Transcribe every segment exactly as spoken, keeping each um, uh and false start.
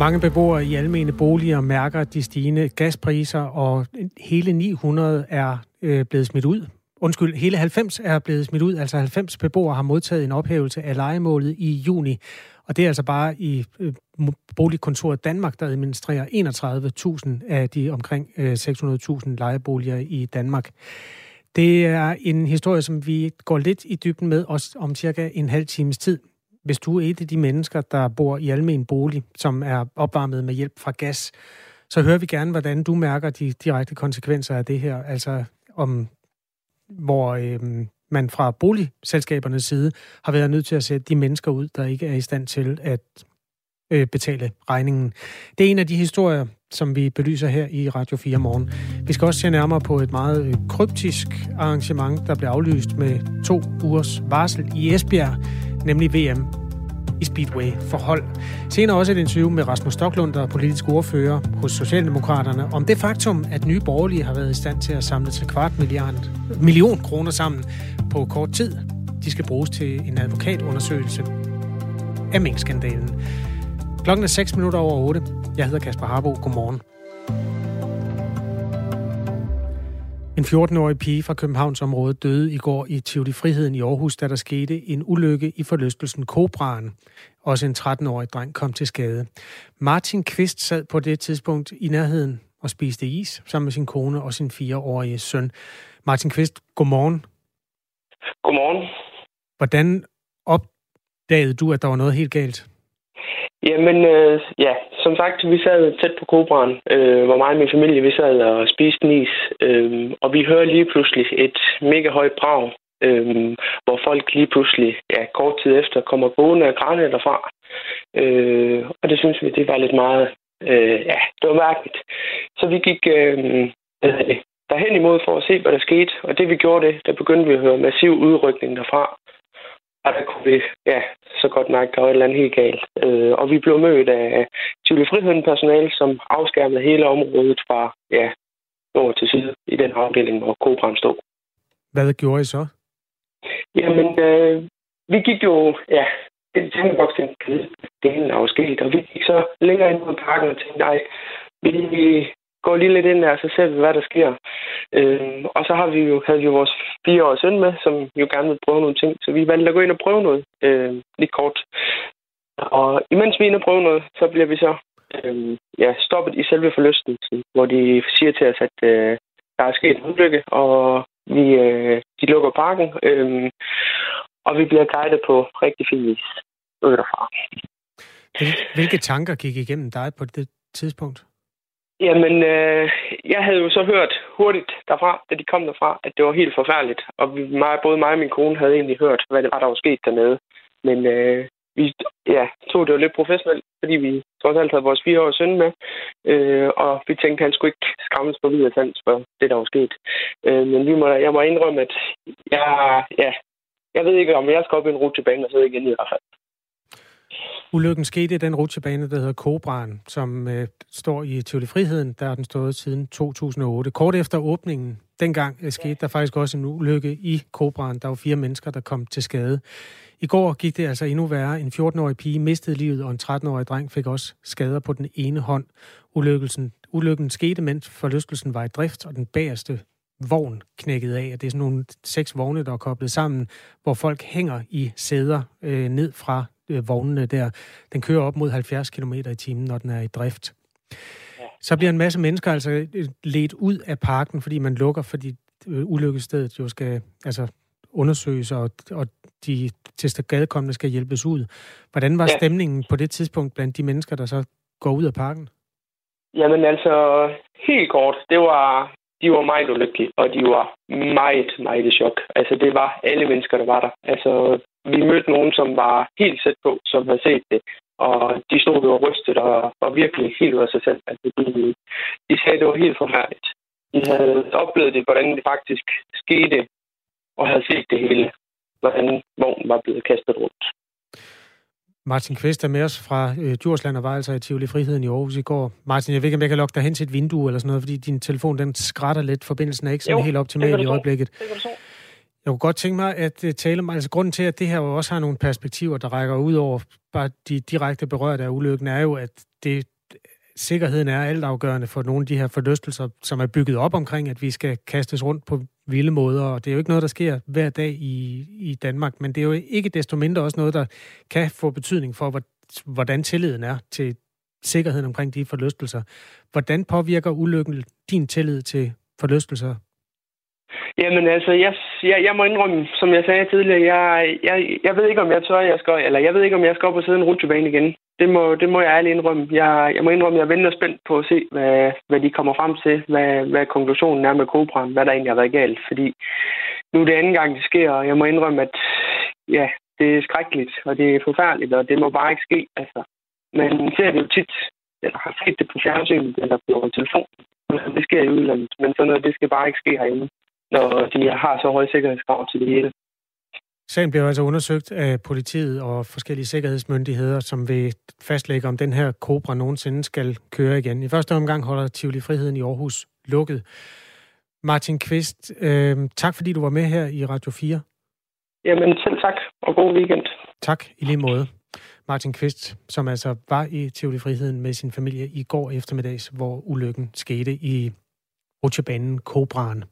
Mange beboere i almene boliger mærker de stigende gaspriser, og hele ni hundrede er øh, blevet smidt ud. Undskyld, hele halvfems er blevet smidt ud. Altså halvfems beboere har modtaget en ophævelse af lejemålet i juni. Og det er altså bare i øh, Boligkontoret Danmark, der administrerer enogtredive tusind af de omkring øh, seks hundrede tusind lejeboliger i Danmark. Det er en historie, som vi går lidt i dybden med, også om cirka en halv times tid. Hvis du er et af de mennesker, der bor i almen bolig, som er opvarmet med hjælp fra gas, så hører vi gerne, hvordan du mærker de direkte konsekvenser af det her. Altså om, hvor øh, man fra boligselskabernes side har været nødt til at sætte de mennesker ud, der ikke er i stand til at øh, betale regningen. Det er en af de historier, som vi belyser her i Radio fire Morgen. Vi skal også se nærmere på et meget kryptisk arrangement, der blev aflyst med to ugers varsel i Esbjerg, nemlig V M i Speedway for hold. Senere også et interview med Rasmus Stoklund, der er politisk ordfører hos Socialdemokraterne, om det faktum, at Nye Borgerlige har været i stand til at samle til kvart milliard, million kroner sammen på kort tid. De skal bruges til en advokatundersøgelse af minkskandalen. Klokken er seks minutter over otte. Jeg hedder Kasper Harbo. Godmorgen. En fjorten-årig pige fra Københavnsområdet døde i går i Tivoli Friheden i Aarhus, da der skete en ulykke i forlystelsen Kobraen. Også en tretten-årig dreng kom til skade. Martin Kvist sad på det tidspunkt i nærheden og spiste is sammen med sin kone og sin fireårige søn. Martin Kvist, godmorgen. Godmorgen. Hvordan opdagede du, at der var noget helt galt? Jamen, øh, ja, som sagt, vi sad tæt på Kobraen, øh, hvor mig og min familie, vi sad og spiste en is, øh, og vi hører lige pludselig et mega højt brag, øh, hvor folk lige pludselig, ja, kort tid efter, kommer gående og grædende derfra. Øh, og det synes vi, det var lidt meget, øh, ja, det var mærkeligt. Så vi gik øh, derhen imod for at se, hvad der skete, og det vi gjorde det, der begyndte vi at høre massiv udrykning derfra. Og der kunne vi, ja, så godt mærke, der var et eller andet helt galt. Øh, og vi blev mødt af Tivoli Friheden personale, som afskærmede hele området fra, ja, over til side i den afdeling, hvor Kobraen stod. Hvad gjorde I så? Jamen, øh, vi gik jo, ja, den tænkeboks, den delen er jo sket, og vi gik så længere ind på parken og tænkte, nej, vi går lige lidt ind der, så ser vi, hvad der sker. Øh, og så har vi jo, havde vi jo vores fireårige søn med, som jo gerne vil prøve nogle ting. Så vi valgte at gå ind og prøve noget, øh, lidt kort. Og imens vi er inde og prøve noget, så bliver vi så øh, ja, stoppet i selve forlystelsen, hvor de siger til os, at øh, der er sket en ulykke, og vi, øh, de lukker parken, øh, og vi bliver guidet på rigtig fin vis ud derfra. Hvilke tanker gik igennem dig på det tidspunkt? Jamen, øh, jeg havde jo så hørt hurtigt derfra, da de kom derfra, at det var helt forfærdeligt. Og vi, mig, både mig og min kone havde egentlig hørt, hvad det var, der var sket dernede. Men øh, vi ja, tog det jo lidt professionelt, fordi vi trods alt havde vores fireårige søn med. Øh, og vi tænkte, at han skulle ikke skræmmes på videre sans for det, der var sket. Øh, men vi må, jeg må indrømme, at jeg, ja, jeg ved ikke, om jeg skal op i en rutsjebane, og så igen i hvert fald. Ulykken skete i den rutsjebane, der hedder Kobraen, som øh, står i Tivoli Friheden. Der har den stået siden to tusind og otte. Kort efter åbningen, dengang øh, skete der faktisk også en ulykke i Kobraen. Der var fire mennesker, der kom til skade. I går gik det altså endnu værre. En fjorten-årig pige mistede livet, og en tretten-årig dreng fik også skader på den ene hånd. Ulykkelsen, ulykken skete, mens forlystelsen var i drift, og den bagerste vogn knækkede af. Det er sådan nogle seks vogne, der er koblet sammen, hvor folk hænger i sæder øh, ned fra vognene der. Den kører op mod halvfjerds kilometer i timen, når den er i drift. Ja. Så bliver en masse mennesker altså ledt ud af parken, fordi man lukker, fordi ulykkestedet jo skal altså undersøges, og, og de tilskadekomne skal hjælpes ud. Hvordan var ja. stemningen på det tidspunkt blandt de mennesker, der så går ud af parken? Jamen altså, helt kort, det var, de var meget ulykkelige, og de var meget, meget i chok. Altså, det var alle mennesker, der var der. Altså, vi mødte nogen, som var helt sæt på, som havde set det. Og de stod jo og rystede og var virkelig helt ud af sig selv. Altså, de, de sagde, at det var helt forfærdeligt. De havde oplevet det, hvordan det faktisk skete, og havde set det hele. Hvordan vognen var blevet kastet rundt. Martin Kvist er med os fra øh, Djursland og var altså i Tivoli Friheden i Aarhus i går. Martin, jeg ved ikke, om jeg kan lokke dig hen til et vindue eller sådan noget, fordi din telefon, den skrætter lidt. Forbindelsen er ikke sådan jo, helt optimal i øjeblikket. Det kan du så. Jeg kunne godt tænke mig at uh, tale om, altså grunden til, at det her jo også har nogle perspektiver, der rækker ud over bare de direkte berørte af ulykken, er jo, at det sikkerheden er altafgørende for nogle af de her forlystelser, som er bygget op omkring, at vi skal kastes rundt på vilde måder, og det er jo ikke noget, der sker hver dag i, i Danmark, men det er jo ikke desto mindre også noget, der kan få betydning for, hvordan tilliden er til sikkerheden omkring de forlystelser. Hvordan påvirker ulykken din tillid til forlystelser? Jamen altså, jeg, jeg, jeg må indrømme, som jeg sagde tidligere, jeg, jeg, jeg ved ikke, om jeg tør, jeg skal, eller jeg ved ikke, om jeg skal op og sidde en rutsjebane igen. Det må, det må jeg ærligt indrømme. Jeg, jeg må indrømme, jeg venter spændt på at se, hvad, hvad de kommer frem til, hvad, hvad konklusionen er med Cobraen, hvad der egentlig har været galt. Fordi nu er det anden gang, det sker, og jeg må indrømme, at ja, det er skrækkeligt, og det er forfærdeligt, og det må bare ikke ske. Altså, man ser det jo tit, eller har set det på fjernsynet, eller på telefon. Det sker i udlandet, men sådan noget, det skal bare ikke ske herhjemme, når de har så høje sikkerhedskrav til det hele. Sagen bliver altså undersøgt af politiet og forskellige sikkerhedsmyndigheder, som vil fastlægge, om den her Cobra nogensinde skal køre igen. I første omgang holder Tivoli Friheden i Aarhus lukket. Martin Qvist, øh, tak fordi du var med her i Radio fire. Jamen selv tak, og god weekend. Tak, i lige måde. Martin Qvist, som altså var i Tivoli Friheden med sin familie i går eftermiddags, hvor ulykken skete i rutsjebanen Cobraen.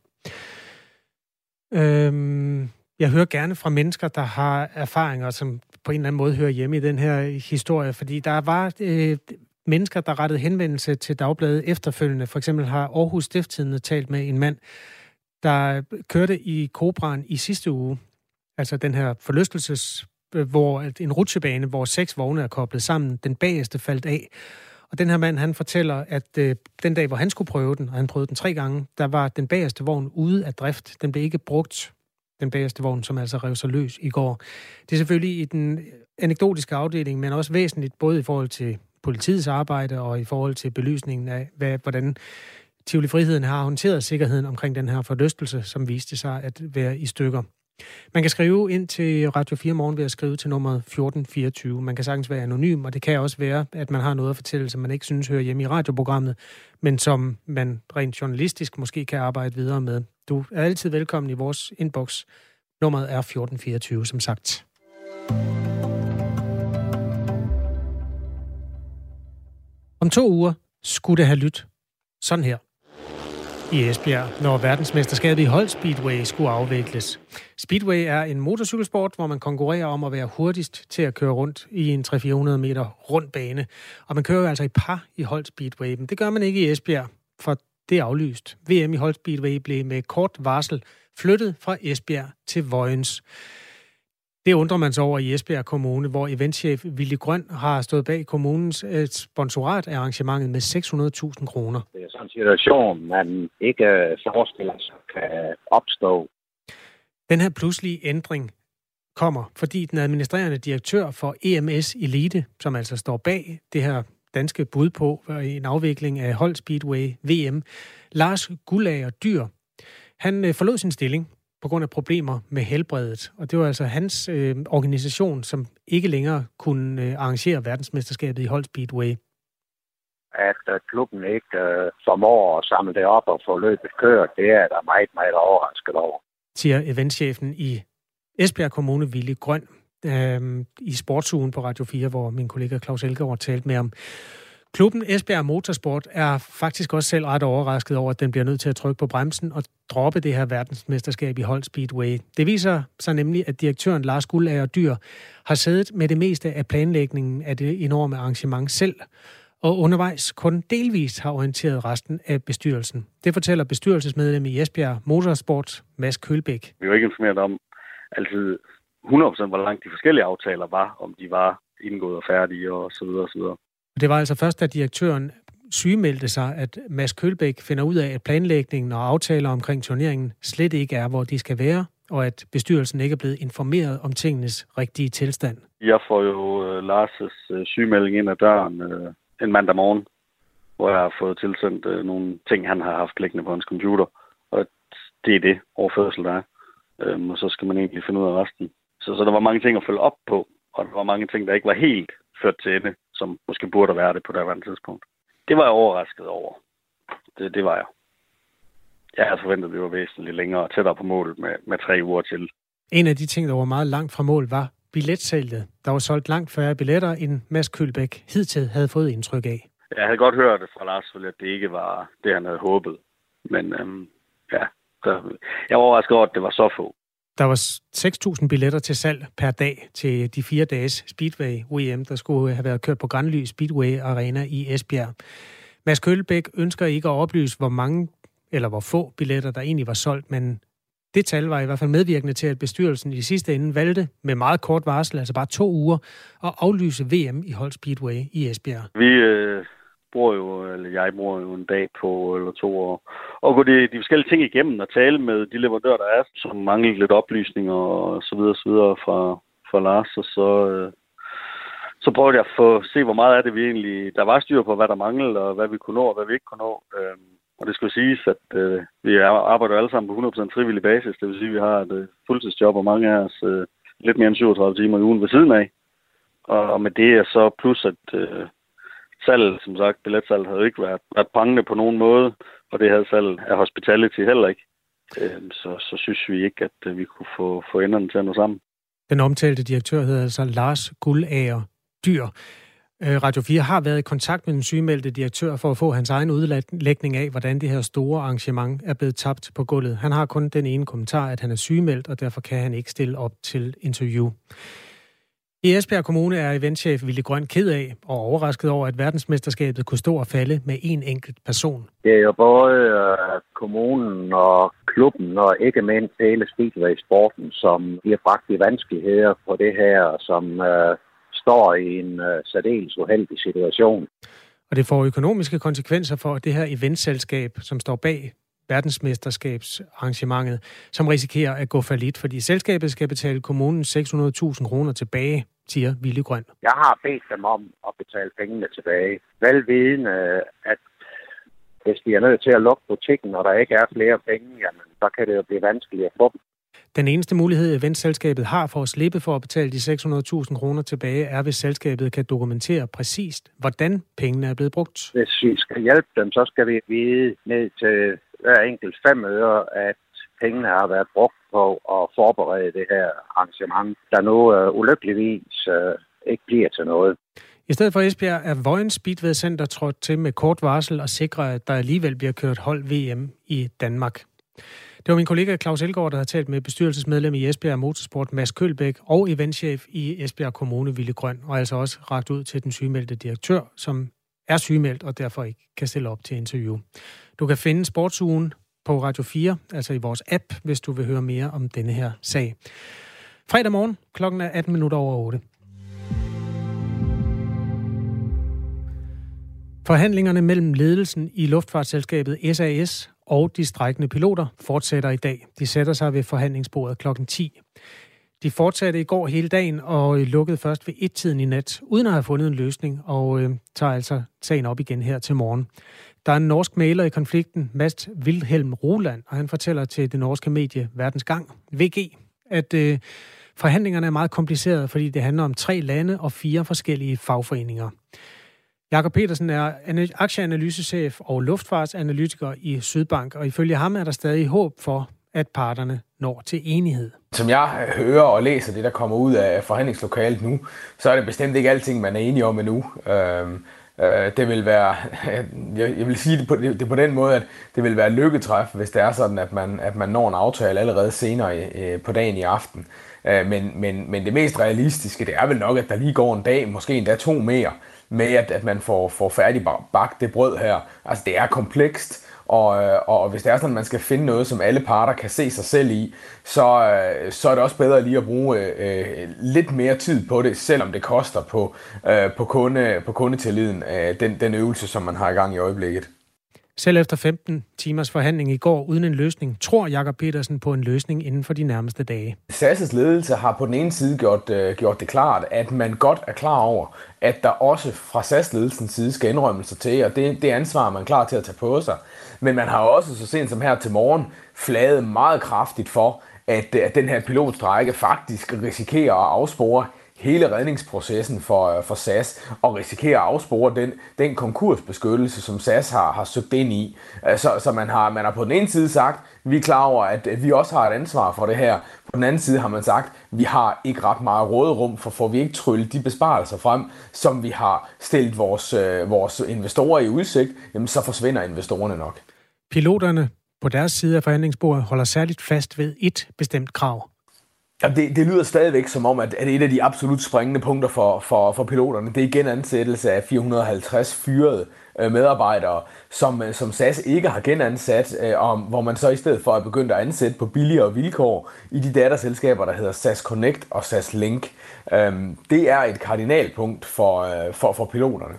Øhm, jeg hører gerne fra mennesker, der har erfaringer, som på en eller anden måde hører hjemme i den her historie, fordi der var øh, mennesker, der rettede henvendelse til Dagbladet efterfølgende. For eksempel har Aarhus Stiftstidende talt med en mand, der kørte i Cobraen i sidste uge, altså den her forlystelses, hvor en rutsjebane, hvor seks vogne er koblet sammen, den bagerste faldt af. Og den her mand, han fortæller, at øh, den dag, hvor han skulle prøve den, og han prøvede den tre gange, der var den bagerste vogn ude af drift. Den blev ikke brugt, den bagerste vogn, som altså rev sig løs i går. Det er selvfølgelig i den anekdotiske afdeling, men også væsentligt, både i forhold til politiets arbejde og i forhold til belysningen af, hvad, hvordan Tivoli Friheden har håndteret sikkerheden omkring den her forlystelse, som viste sig at være i stykker. Man kan skrive ind til Radio fire Morgen ved at skrive til nummeret fjorten fireogtyve. Man kan sagtens være anonym, og det kan også være, at man har noget at fortælle, som man ikke synes hører hjemme i radioprogrammet, men som man rent journalistisk måske kan arbejde videre med. Du er altid velkommen i vores inbox. Nummeret er fjorten fireogtyve, som sagt. Om to uger skulle det have lyttet sådan her i Esbjerg, når verdensmesterskabet i holdspeedway skulle afvikles. Speedway er en motorcykelsport, hvor man konkurrerer om at være hurtigst til at køre rundt i en tre til fire hundrede meter rund bane. Og man kører jo altså i par i holdspeedway, men det gør man ikke i Esbjerg, for det er aflyst. V M i holdspeedway blev med kort varsel flyttet fra Esbjerg til Vojens. Det undrer man sig over i Esbjerg Kommune, hvor eventchef Willy Grøn har stået bag kommunens sponsorat af arrangementet med seks hundrede tusind kroner. Det er sådan en situation, man ikke forestiller sig kan opstå. Den her pludselige ændring kommer, fordi den administrerende direktør for E M S Elite, som altså står bag det her danske bud på en afvikling af holdspeedway V M, Lars Guldager Dyr, han forlod sin stilling på grund af problemer med helbredet. Og det var altså hans øh, organisation, som ikke længere kunne øh, arrangere verdensmesterskabet i holdspeedway. At uh, klubben ikke uh, formår at samle det op og få løbet kørt, det er der meget, meget overrasket over. Siger eventchefen i Esbjerg Kommune, Willy Grøn, øh, i Sportsugen på Radio fire, hvor min kollega Claus Elgaard talte med om. Klubben Esbjerg Motorsport er faktisk også selv ret overrasket over, at den bliver nødt til at trykke på bremsen og droppe det her verdensmesterskab i holdspeedway. Det viser sig nemlig, at direktøren Lars Guldager Dyr har siddet med det meste af planlægningen af det enorme arrangement selv, og undervejs kun delvist har orienteret resten af bestyrelsen. Det fortæller bestyrelsesmedlem i Esbjerg Motorsport, Mads Kølbæk. Vi var ikke informeret om altid hundrede procent, hvor langt de forskellige aftaler var, om de var indgået og færdige og så videre og så videre. Det var altså først, da direktøren sygemeldte sig, at Mads Kølbæk finder ud af, at planlægningen og aftaler omkring turneringen slet ikke er, hvor de skal være, og at bestyrelsen ikke er blevet informeret om tingenes rigtige tilstand. Jeg får jo uh, Lars' uh, sygemelding ind ad døren uh, en mandag morgen, hvor jeg har fået tilsendt uh, nogle ting, han har haft liggende på hans computer. Og det er det overførsel, der er. Um, og så skal man egentlig finde ud af resten. Så, så der var mange ting at følge op på, og der var mange ting, der ikke var helt ført til ende, som måske burde være det på det andet tidspunkt. Det var jeg overrasket over. Det, det var jeg. Jeg havde forventet, at det var væsentligt længere og tættere på målet med, med tre uger til. En af de ting, der var meget langt fra mål, var billetsalget. Der var solgt langt færre billetter, end Mads Kølbæk hidtil havde fået indtryk af. jeg havde godt hørt fra Lars, at det ikke var det, han havde håbet. Men øhm, ja, så jeg var overrasket over, at det var så få. Der var seks tusind billetter til salg per dag til de fire dages Speedway-O E M, der skulle have været kørt på Granly Speedway Arena i Esbjerg. Mads Kølbæk ønsker ikke at oplyse, hvor mange eller hvor få billetter, der egentlig var solgt, men det tal var i hvert fald medvirkende til, at bestyrelsen i sidste ende valgte med meget kort varsel, altså bare to uger, at aflyse V M i Holt Speedway i Esbjerg. Vi øh, bruger jo, eller jeg bruger jo en dag på eller to år, og gå de, de forskellige ting igennem og tale med de leverandører, der er, som mangler lidt oplysninger og så videre, så videre fra, fra Lars, og så, øh, så prøvede jeg at få se, hvor meget af det vi egentlig, der var styr på, hvad der manglede, og hvad vi kunne nå, og hvad vi ikke kunne nå. Øh, Og det skal siges, at øh, vi arbejder alle sammen på hundrede procent frivillig basis. Det vil sige, at vi har et øh, fuldtidsjob, og mange af os øh, lidt mere end syvogtredive timer i ugen ved siden af. Og, og med det er så plus, at øh, salget, som sagt, billetsalget havde ikke været, været prangende på nogen måde, og det havde salget af hospitality heller ikke. Øh, så, så synes vi ikke, at øh, vi kunne få, få enderne til at nå sammen. Den omtalte direktør hedder altså Lars Guldager Dyr. Radio fire har været i kontakt med den sygemeldte direktør for at få hans egen udlægning af, hvordan det her store arrangement er blevet tabt på gulvet. Han har kun den ene kommentar, at han er sygemeldt, og derfor kan han ikke stille op til interview. I Esbjerg Kommune er eventchef Willy Grøn ked af og overrasket over, at verdensmesterskabet kunne stå og falde med en enkelt person. Det er jo både uh, kommunen og klubben og ikke mindst hele speedway-sporten, som bliver bragt i vanskeligheder på det her, som Uh står i en uh, særdeles uheldig situation. Og det får økonomiske konsekvenser for det her eventselskab, som står bag verdensmesterskabsarrangementet, som risikerer at gå fallit, fordi selskabet skal betale kommunen seks hundrede tusind kroner tilbage, siger Willy Grøn. Jeg har bedt dem om at betale pengene tilbage. Velvidende, at hvis de er nødt til at lukke butikken, og der ikke er flere penge, jamen, så kan det jo blive vanskeligt at få dem. Den eneste mulighed, eventselskabet har for at slippe for at betale de seks hundrede tusind kroner tilbage, er, hvis selskabet kan dokumentere præcist, hvordan pengene er blevet brugt. Hvis vi skal hjælpe dem, så skal vi vide ned til hver enkelt fem øre, at pengene har været brugt på at forberede det her arrangement, der nu uh, ulykkeligvis uh, ikke bliver til noget. I stedet for Esbjerg er Vojens Speedway Center trådt til med kort varsel og sikrer, at der alligevel bliver kørt hold V M i Danmark. Det var min kollega Claus Elgaard, der har talt med bestyrelsesmedlem i Esbjerg Motorsport Mads Kølbæk og eventchef i Esbjerg Kommune Willy Grøn, og altså også rakt ud til den sygemeldte direktør, som er sygemeldt og derfor ikke kan stille op til interview. Du kan finde Sportsugen på Radio fire, altså i vores app, hvis du vil høre mere om denne her sag. Fredag morgen, klokken er atten minutter over otte. Forhandlingerne mellem ledelsen i luftfartsselskabet S A S og de strejkende piloter fortsætter i dag. De sætter sig ved forhandlingsbordet klokken ti. De fortsatte i går hele dagen og lukkede først ved et-tiden i nat, uden at have fundet en løsning, og øh, tager altså sagen op igen her til morgen. Der er en norsk mægler i konflikten, Mads Wilhelm Roland, og han fortæller til det norske medie Verdens Gang, V G, at øh, forhandlingerne er meget komplicerede, fordi det handler om tre lande og fire forskellige fagforeninger. Jakob Petersen er aktieanalysechef og luftfartsanalytiker i Sydbank, og ifølge ham er der stadig håb for, at parterne når til enighed. Som jeg hører og læser det, der kommer ud af forhandlingslokalet nu, så er det bestemt ikke alting, man er enige om endnu. Det vil være, jeg vil sige det på, det på den måde, at det vil være lykketræf, hvis det er sådan, at man, at man når en aftale allerede senere på dagen i aften. Men, men, men det mest realistiske, det er vel nok, at der lige går en dag, måske endda to mere, med at, at man får, får færdig bagt det brød her. Altså det er komplekst, og, og hvis det er sådan, at man skal finde noget, som alle parter kan se sig selv i, så, så er det også bedre lige at bruge øh, lidt mere tid på det, selvom det koster på, øh, på, kunde, på kundetilliden, øh, den, den øvelse, som man har i gang i øjeblikket. Selv efter femten timers forhandling i går uden en løsning, tror Jakob Petersen på en løsning inden for de nærmeste dage. S A S' ledelse har på den ene side gjort, øh, gjort det klart, at man godt er klar over, at der også fra S A S-ledelsens side skal indrømmelser til, og det, det ansvar er man klar til at tage på sig. Men man har også så sent som her til morgen flaget meget kraftigt for, at, at den her pilotstrejke faktisk risikerer at afspore hele redningsprocessen for, for S A S og risikerer at afspore den, den konkursbeskyttelse, som S A S har, har søgt ind i. Så, så man, har, man har på den ene side sagt, vi er klar over, at vi også har et ansvar for det her. På den anden side har man sagt, vi har ikke ret meget råderum, for får vi ikke tryllet de besparelser frem, som vi har stillet vores, vores investorer i udsigt, jamen så forsvinder investorerne nok. Piloterne på deres side af forhandlingsbordet holder særligt fast ved et bestemt krav. Ja, det, det lyder stadigvæk som om, at, at et af de absolut springende punkter for, for, for piloterne, det er genansættelse af fire hundrede og halvtreds fyrede øh, medarbejdere, som, som S A S ikke har genansat, øh, og hvor man så i stedet for er begyndt at ansætte på billigere vilkår i de datterselskaber, der hedder S A S Connect og S A S Link. Øh, det er et kardinalpunkt for, øh, for, for piloterne.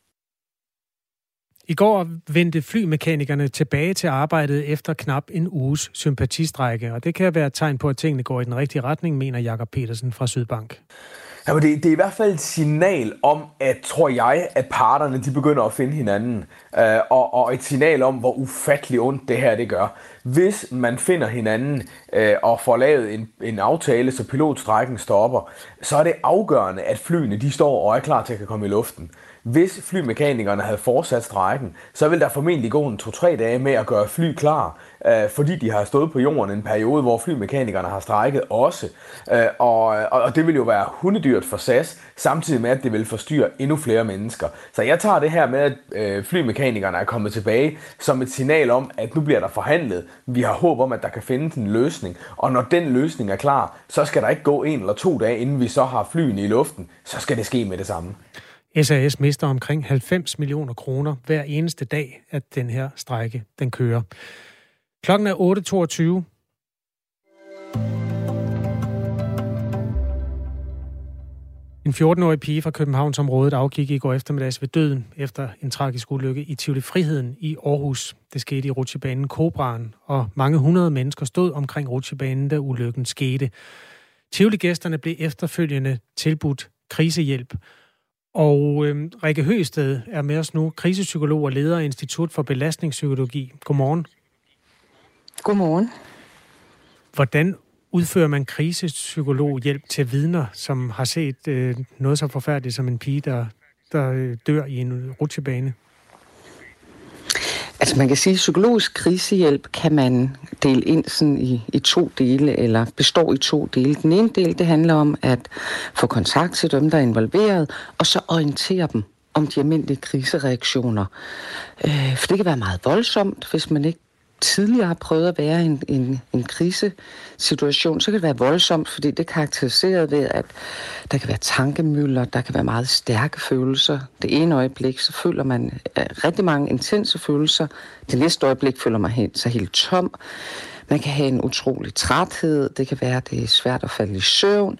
I går vendte flymekanikerne tilbage til arbejdet efter knap en uges sympatistrække, og det kan være et tegn på, at tingene går i den rigtige retning, mener Jakob Petersen fra Sydbank. Ja, men det, det er i hvert fald et signal om, at, tror jeg, at parterne de begynder at finde hinanden, øh, og, og et signal om, hvor ufattelig ondt det her det gør. Hvis man finder hinanden øh, og får lavet en, en aftale, så pilotstrækken stopper, så er det afgørende, at flyene de står og er klar til at komme i luften. Hvis flymekanikerne havde fortsat strejken, så ville der formentlig gå en to-tre dage med at gøre fly klar, øh, fordi de har stået på jorden en periode, hvor flymekanikerne har strejket også. Øh, og, og det vil jo være hundedyrt for S A S, samtidig med, at det vil forstyrre endnu flere mennesker. Så jeg tager det her med, at øh, flymekanikerne er kommet tilbage, som et signal om, at nu bliver der forhandlet. Vi har håb om, at der kan findes en løsning, og når den løsning er klar, så skal der ikke gå en eller to dage, inden vi så har flyene i luften. Så skal det ske med det samme. S A S mister omkring halvfems millioner kroner hver eneste dag, at den her strejke den kører. Klokken er otte toogtyve. En fjorten-årig pige fra Københavnsområdet afgik i går eftermiddags ved døden efter en tragisk ulykke i Tivoli Friheden i Aarhus. Det skete i rutsjebanen Cobraen, og mange hundrede mennesker stod omkring rutsjebanen, da ulykken skete. Tivoli-gæsterne blev efterfølgende tilbudt krisehjælp. Og øh, Rikke Høgsted er med os nu, krisepsykolog og leder af Institut for Belastningspsykologi. Godmorgen. Godmorgen. Hvordan udfører man krisepsykologhjælp til vidner, som har set øh, noget så forfærdeligt som en pige, der, der øh, dør i en rutsjebane? Altså man kan sige, at psykologisk krisehjælp kan man dele ind sådan i, i to dele, eller består i to dele. Den ene del, det handler om at få kontakt til dem, der er involveret, og så orientere dem om de almindelige krisereaktioner. Øh, for det kan være meget voldsomt, hvis man ikke tidligere har prøvet at være i en, en, en krisesituation, så kan det være voldsomt, fordi det er karakteriseret ved, at der kan være tankemylder, der kan være meget stærke følelser. Det ene øjeblik, så føler man uh, rigtig mange intense følelser. Det næste øjeblik føler man helt, så helt tom. Man kan have en utrolig træthed. Det kan være, at det er svært at falde i søvn.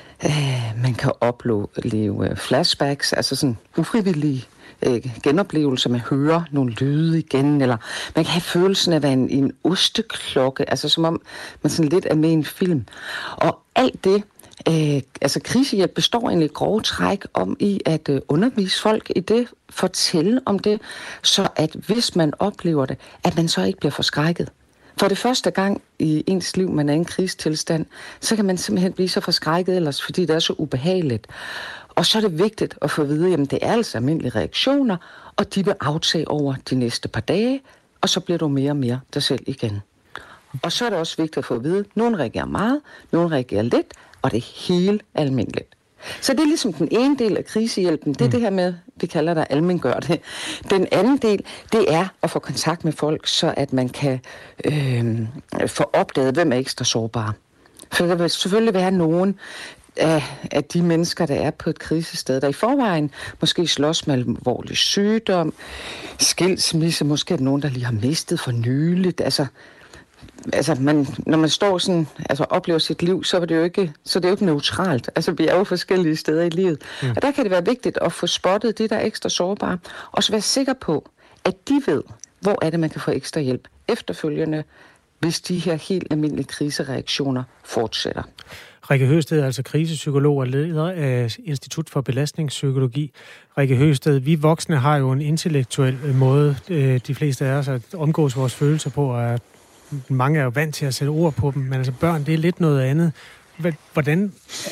Uh, man kan opleve flashbacks, altså sådan ufrivillige genoplevelser, man hører nogle lyde igen, eller man kan have følelsen af at være en, en osteklokke, altså som om man sådan lidt er med i en film. Og alt det, øh, altså krisehjælp består egentlig grove træk om i at øh, undervise folk i det, fortælle om det, så at hvis man oplever det, at man så ikke bliver forskrækket. For det første gang i ens liv, man er i en krisetilstand, så kan man simpelthen blive så forskrækket ellers, fordi det er så ubehageligt. Og så er det vigtigt at få at vide, at det er altså almindelige reaktioner, og de vil aftage over de næste par dage, og så bliver du mere og mere dig selv igen. Og så er det også vigtigt at få at vide, at nogen reagerer meget, nogen reagerer lidt, og det er helt almindeligt. Så det er ligesom den ene del af krisehjælpen, det er mm. det her med, vi kalder det almengør det. Den anden del, det er at få kontakt med folk, så at man kan øh, få opdaget, hvem er ekstra sårbare. For der vil selvfølgelig være nogen af, af de mennesker, der er på et krisested, der i forvejen måske slås med alvorlig sygdom, skilsmisse, måske er der nogen, der lige har mistet for nyligt. Altså, altså man, når man står sådan, altså oplever sit liv, så er det jo ikke, så det er jo ikke neutralt. Altså vi er jo forskellige steder i livet. Mm. Og der kan det være vigtigt at få spottet det, der er ekstra sårbare, og så være sikker på, at de ved, hvor er det, man kan få ekstra hjælp efterfølgende, hvis de her helt almindelige krisereaktioner fortsætter. Rikke Høgsted er altså krisepsykolog og leder af Institut for Belastningspsykologi. Rikke Høgsted, vi voksne har jo en intellektuel måde, de fleste af os, at omgås vores følelser på, og mange er jo vant til at sætte ord på dem, men altså børn, det er lidt noget andet. Hvordan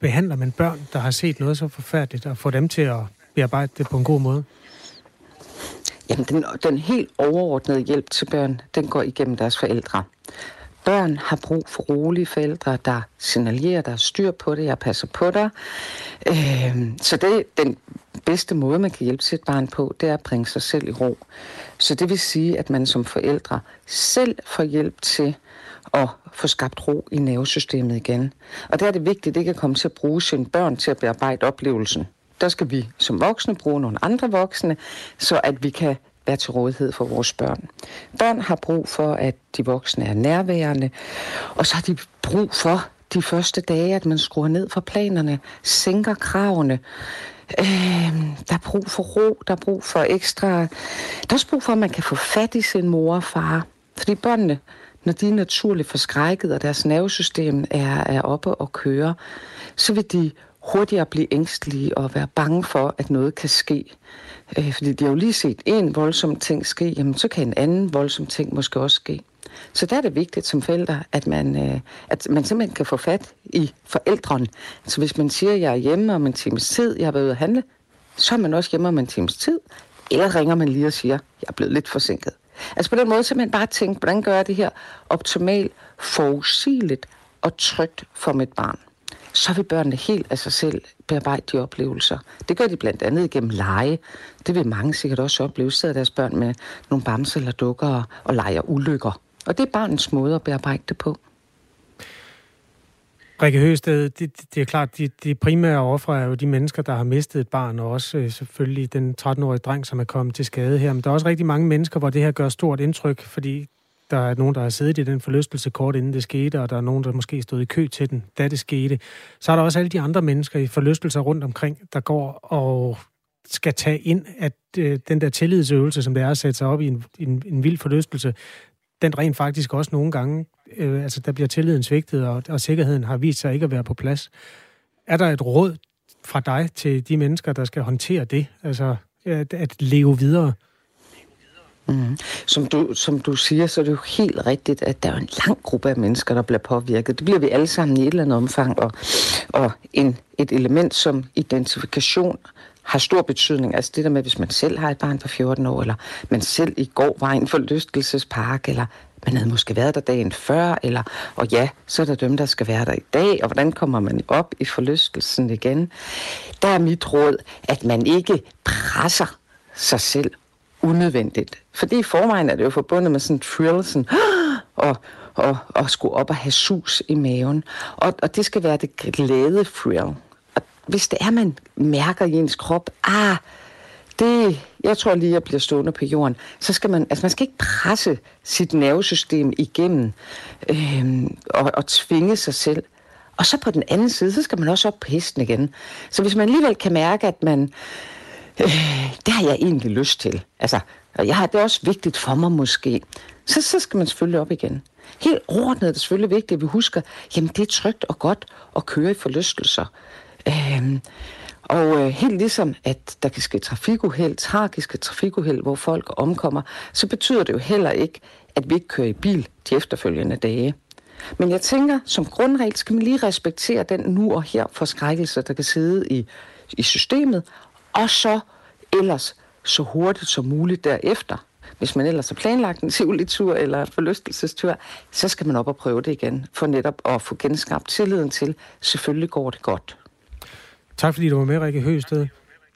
behandler man børn, der har set noget så forfærdeligt, og får dem til at bearbejde det på en god måde? Jamen, den, den helt overordnede hjælp til børn, den går igennem deres forældre. Børn har brug for rolige forældre, der signalerer, der er styr på det, jeg passer på dig. Øh, så det er den bedste måde, man kan hjælpe sit barn på, det er at bringe sig selv i ro. Så det vil sige, at man som forældre selv får hjælp til at få skabt ro i nervesystemet igen. Og der er det vigtigt ikke at komme til at bruge sine børn til at bearbejde oplevelsen. Der skal vi som voksne bruge nogle andre voksne, så at vi kan være til rådighed for vores børn. Børn har brug for, at de voksne er nærværende, og så har de brug for de første dage, at man skruer ned for planerne, sænker kravene. Øh, der er brug for ro, der er brug for ekstra... Der er også brug for, at man kan få fat i sin mor og far. Fordi børnene, når de er naturligt forskrækket, og deres nervesystem er, er oppe og køre, så vil de hurtigere blive ængstelige og være bange for, at noget kan ske. Øh, fordi de har jo lige set en voldsom ting ske, jamen så kan en anden voldsom ting måske også ske. Så der er det vigtigt som forældre, at man, øh, at man simpelthen kan få fat i forældrene. Så hvis man siger, at jeg er hjemme om en times tid, jeg har været ude at handle, så er man også hjemme om en times tid, eller ringer man lige og siger, at jeg er blevet lidt forsinket. Altså på den måde simpelthen bare tænke, hvordan gør jeg det her optimalt, forudsigeligt og trygt for mit barn. Så vil børnene helt af sig selv bearbejde de oplevelser. Det gør de blandt andet igennem lege. Det vil mange sikkert også opleve, sidder deres børn med nogle bamser eller dukker og, og leger ulykker. Og det er barnets måde at bearbejde det på. Rikke Høgsted, det, det er klart, de, de primære ofre er jo de mennesker, der har mistet et barn, og også øh, selvfølgelig den tretten-årige dreng, som er kommet til skade her. Men der er også rigtig mange mennesker, hvor det her gør stort indtryk, fordi der er nogen, der har siddet i den forlystelse kort inden det skete, og der er nogen, der måske stod i kø til den, da det skete. Så er der også alle de andre mennesker i forlystelser rundt omkring, der går og skal tage ind, at øh, den der tillidsøvelse, som det er at sætte sig op i en, en, en vild forlystelse, den rent faktisk også nogle gange, øh, altså der bliver tilliden svigtet, og, og sikkerheden har vist sig ikke at være på plads. Er der et råd fra dig til de mennesker, der skal håndtere det, altså at, at leve videre? Mm. Som, du, som du siger, så er det jo helt rigtigt, at der er en lang gruppe af mennesker, der bliver påvirket. Det bliver vi alle sammen i et eller andet omfang, og, og en, et element som identifikation har stor betydning. Altså det der med, hvis man selv har et barn på fjorten år, eller man selv i går var i en forlystelsespark, eller man havde måske været der dagen før, eller, og ja, så er der dem, der skal være der i dag, og hvordan kommer man op i forlystelsen igen? Der er mit råd, at man ikke presser sig selv unødvendigt. Fordi i forvejen er det jo forbundet med sådan en thrill, sådan, og, og, og skulle op og have sus i maven. Og, og det skal være det glade thrill. Og hvis det er, man mærker i ens krop, ah, det, jeg tror lige, jeg bliver stående på jorden, så skal man, altså man skal ikke presse sit nervesystem igennem øhm, og, og tvinge sig selv. Og så på den anden side, så skal man også op på hesten igen. Så hvis man alligevel kan mærke, at man Øh, det har jeg egentlig lyst til. Altså, jeg har, det er også vigtigt for mig måske. Så, så skal man selvfølgelig op igen. Helt overordnet er det selvfølgelig vigtigt, at vi husker, jamen det er trygt og godt at køre i forlystelser. Øh, og øh, helt ligesom, at der kan ske trafikuheld, tragiske trafikuheld, hvor folk omkommer, så betyder det jo heller ikke, at vi ikke kører i bil de efterfølgende dage. Men jeg tænker, som grundregel skal man lige respektere den nu og her forskrækkelse, der kan sidde i, i systemet, og så ellers så hurtigt som muligt derefter. Hvis man ellers har planlagt en tivolitur eller forlystelsestur, så skal man op og prøve det igen, for netop at få genskabt tilliden til, selvfølgelig går det godt. Tak fordi du var med, Rikke Høgsted.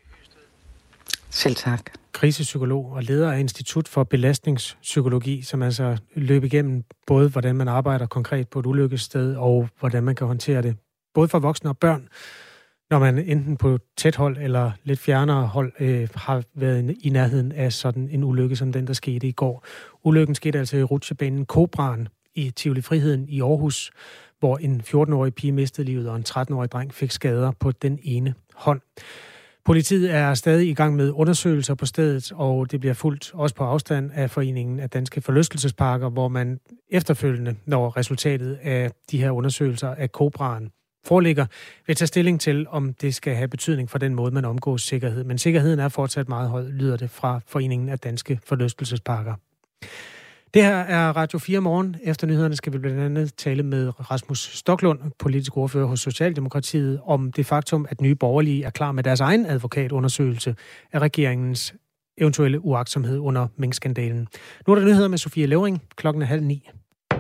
Selv tak. Krisepsykolog og leder af Institut for Belastningspsykologi, som altså løber igennem både, hvordan man arbejder konkret på et ulykkessted, og hvordan man kan håndtere det, både for voksne og børn, når man enten på tæt hold eller lidt fjernere hold øh, har været i nærheden af sådan en ulykke, som den, der skete i går. Ulykken skete altså i rutsjebanen Cobraen i Tivoli Friheden i Aarhus, hvor en fjorten-årig pige mistede livet, og en tretten-årig dreng fik skader på den ene hånd. Politiet er stadig i gang med undersøgelser på stedet, og det bliver fulgt også på afstand af Foreningen af Danske Forlystelsesparker, hvor man efterfølgende, når resultatet af de her undersøgelser af Cobraen foreligger, vil tage stilling til, om det skal have betydning for den måde, man omgås sikkerhed. Men sikkerheden er fortsat meget høj, lyder det fra Foreningen af Danske Forlystelsesparker. Det her er Radio fire Morgen. Efter nyhederne skal vi blandt andet tale med Rasmus Stoklund, politisk ordfører hos Socialdemokratiet, om det faktum, at Nye Borgerlige er klar med deres egen advokatundersøgelse af regeringens eventuelle uagtsomhed under minkskandalen. Nu er der nyheder med Sofie Levering. Klokken er halv ni.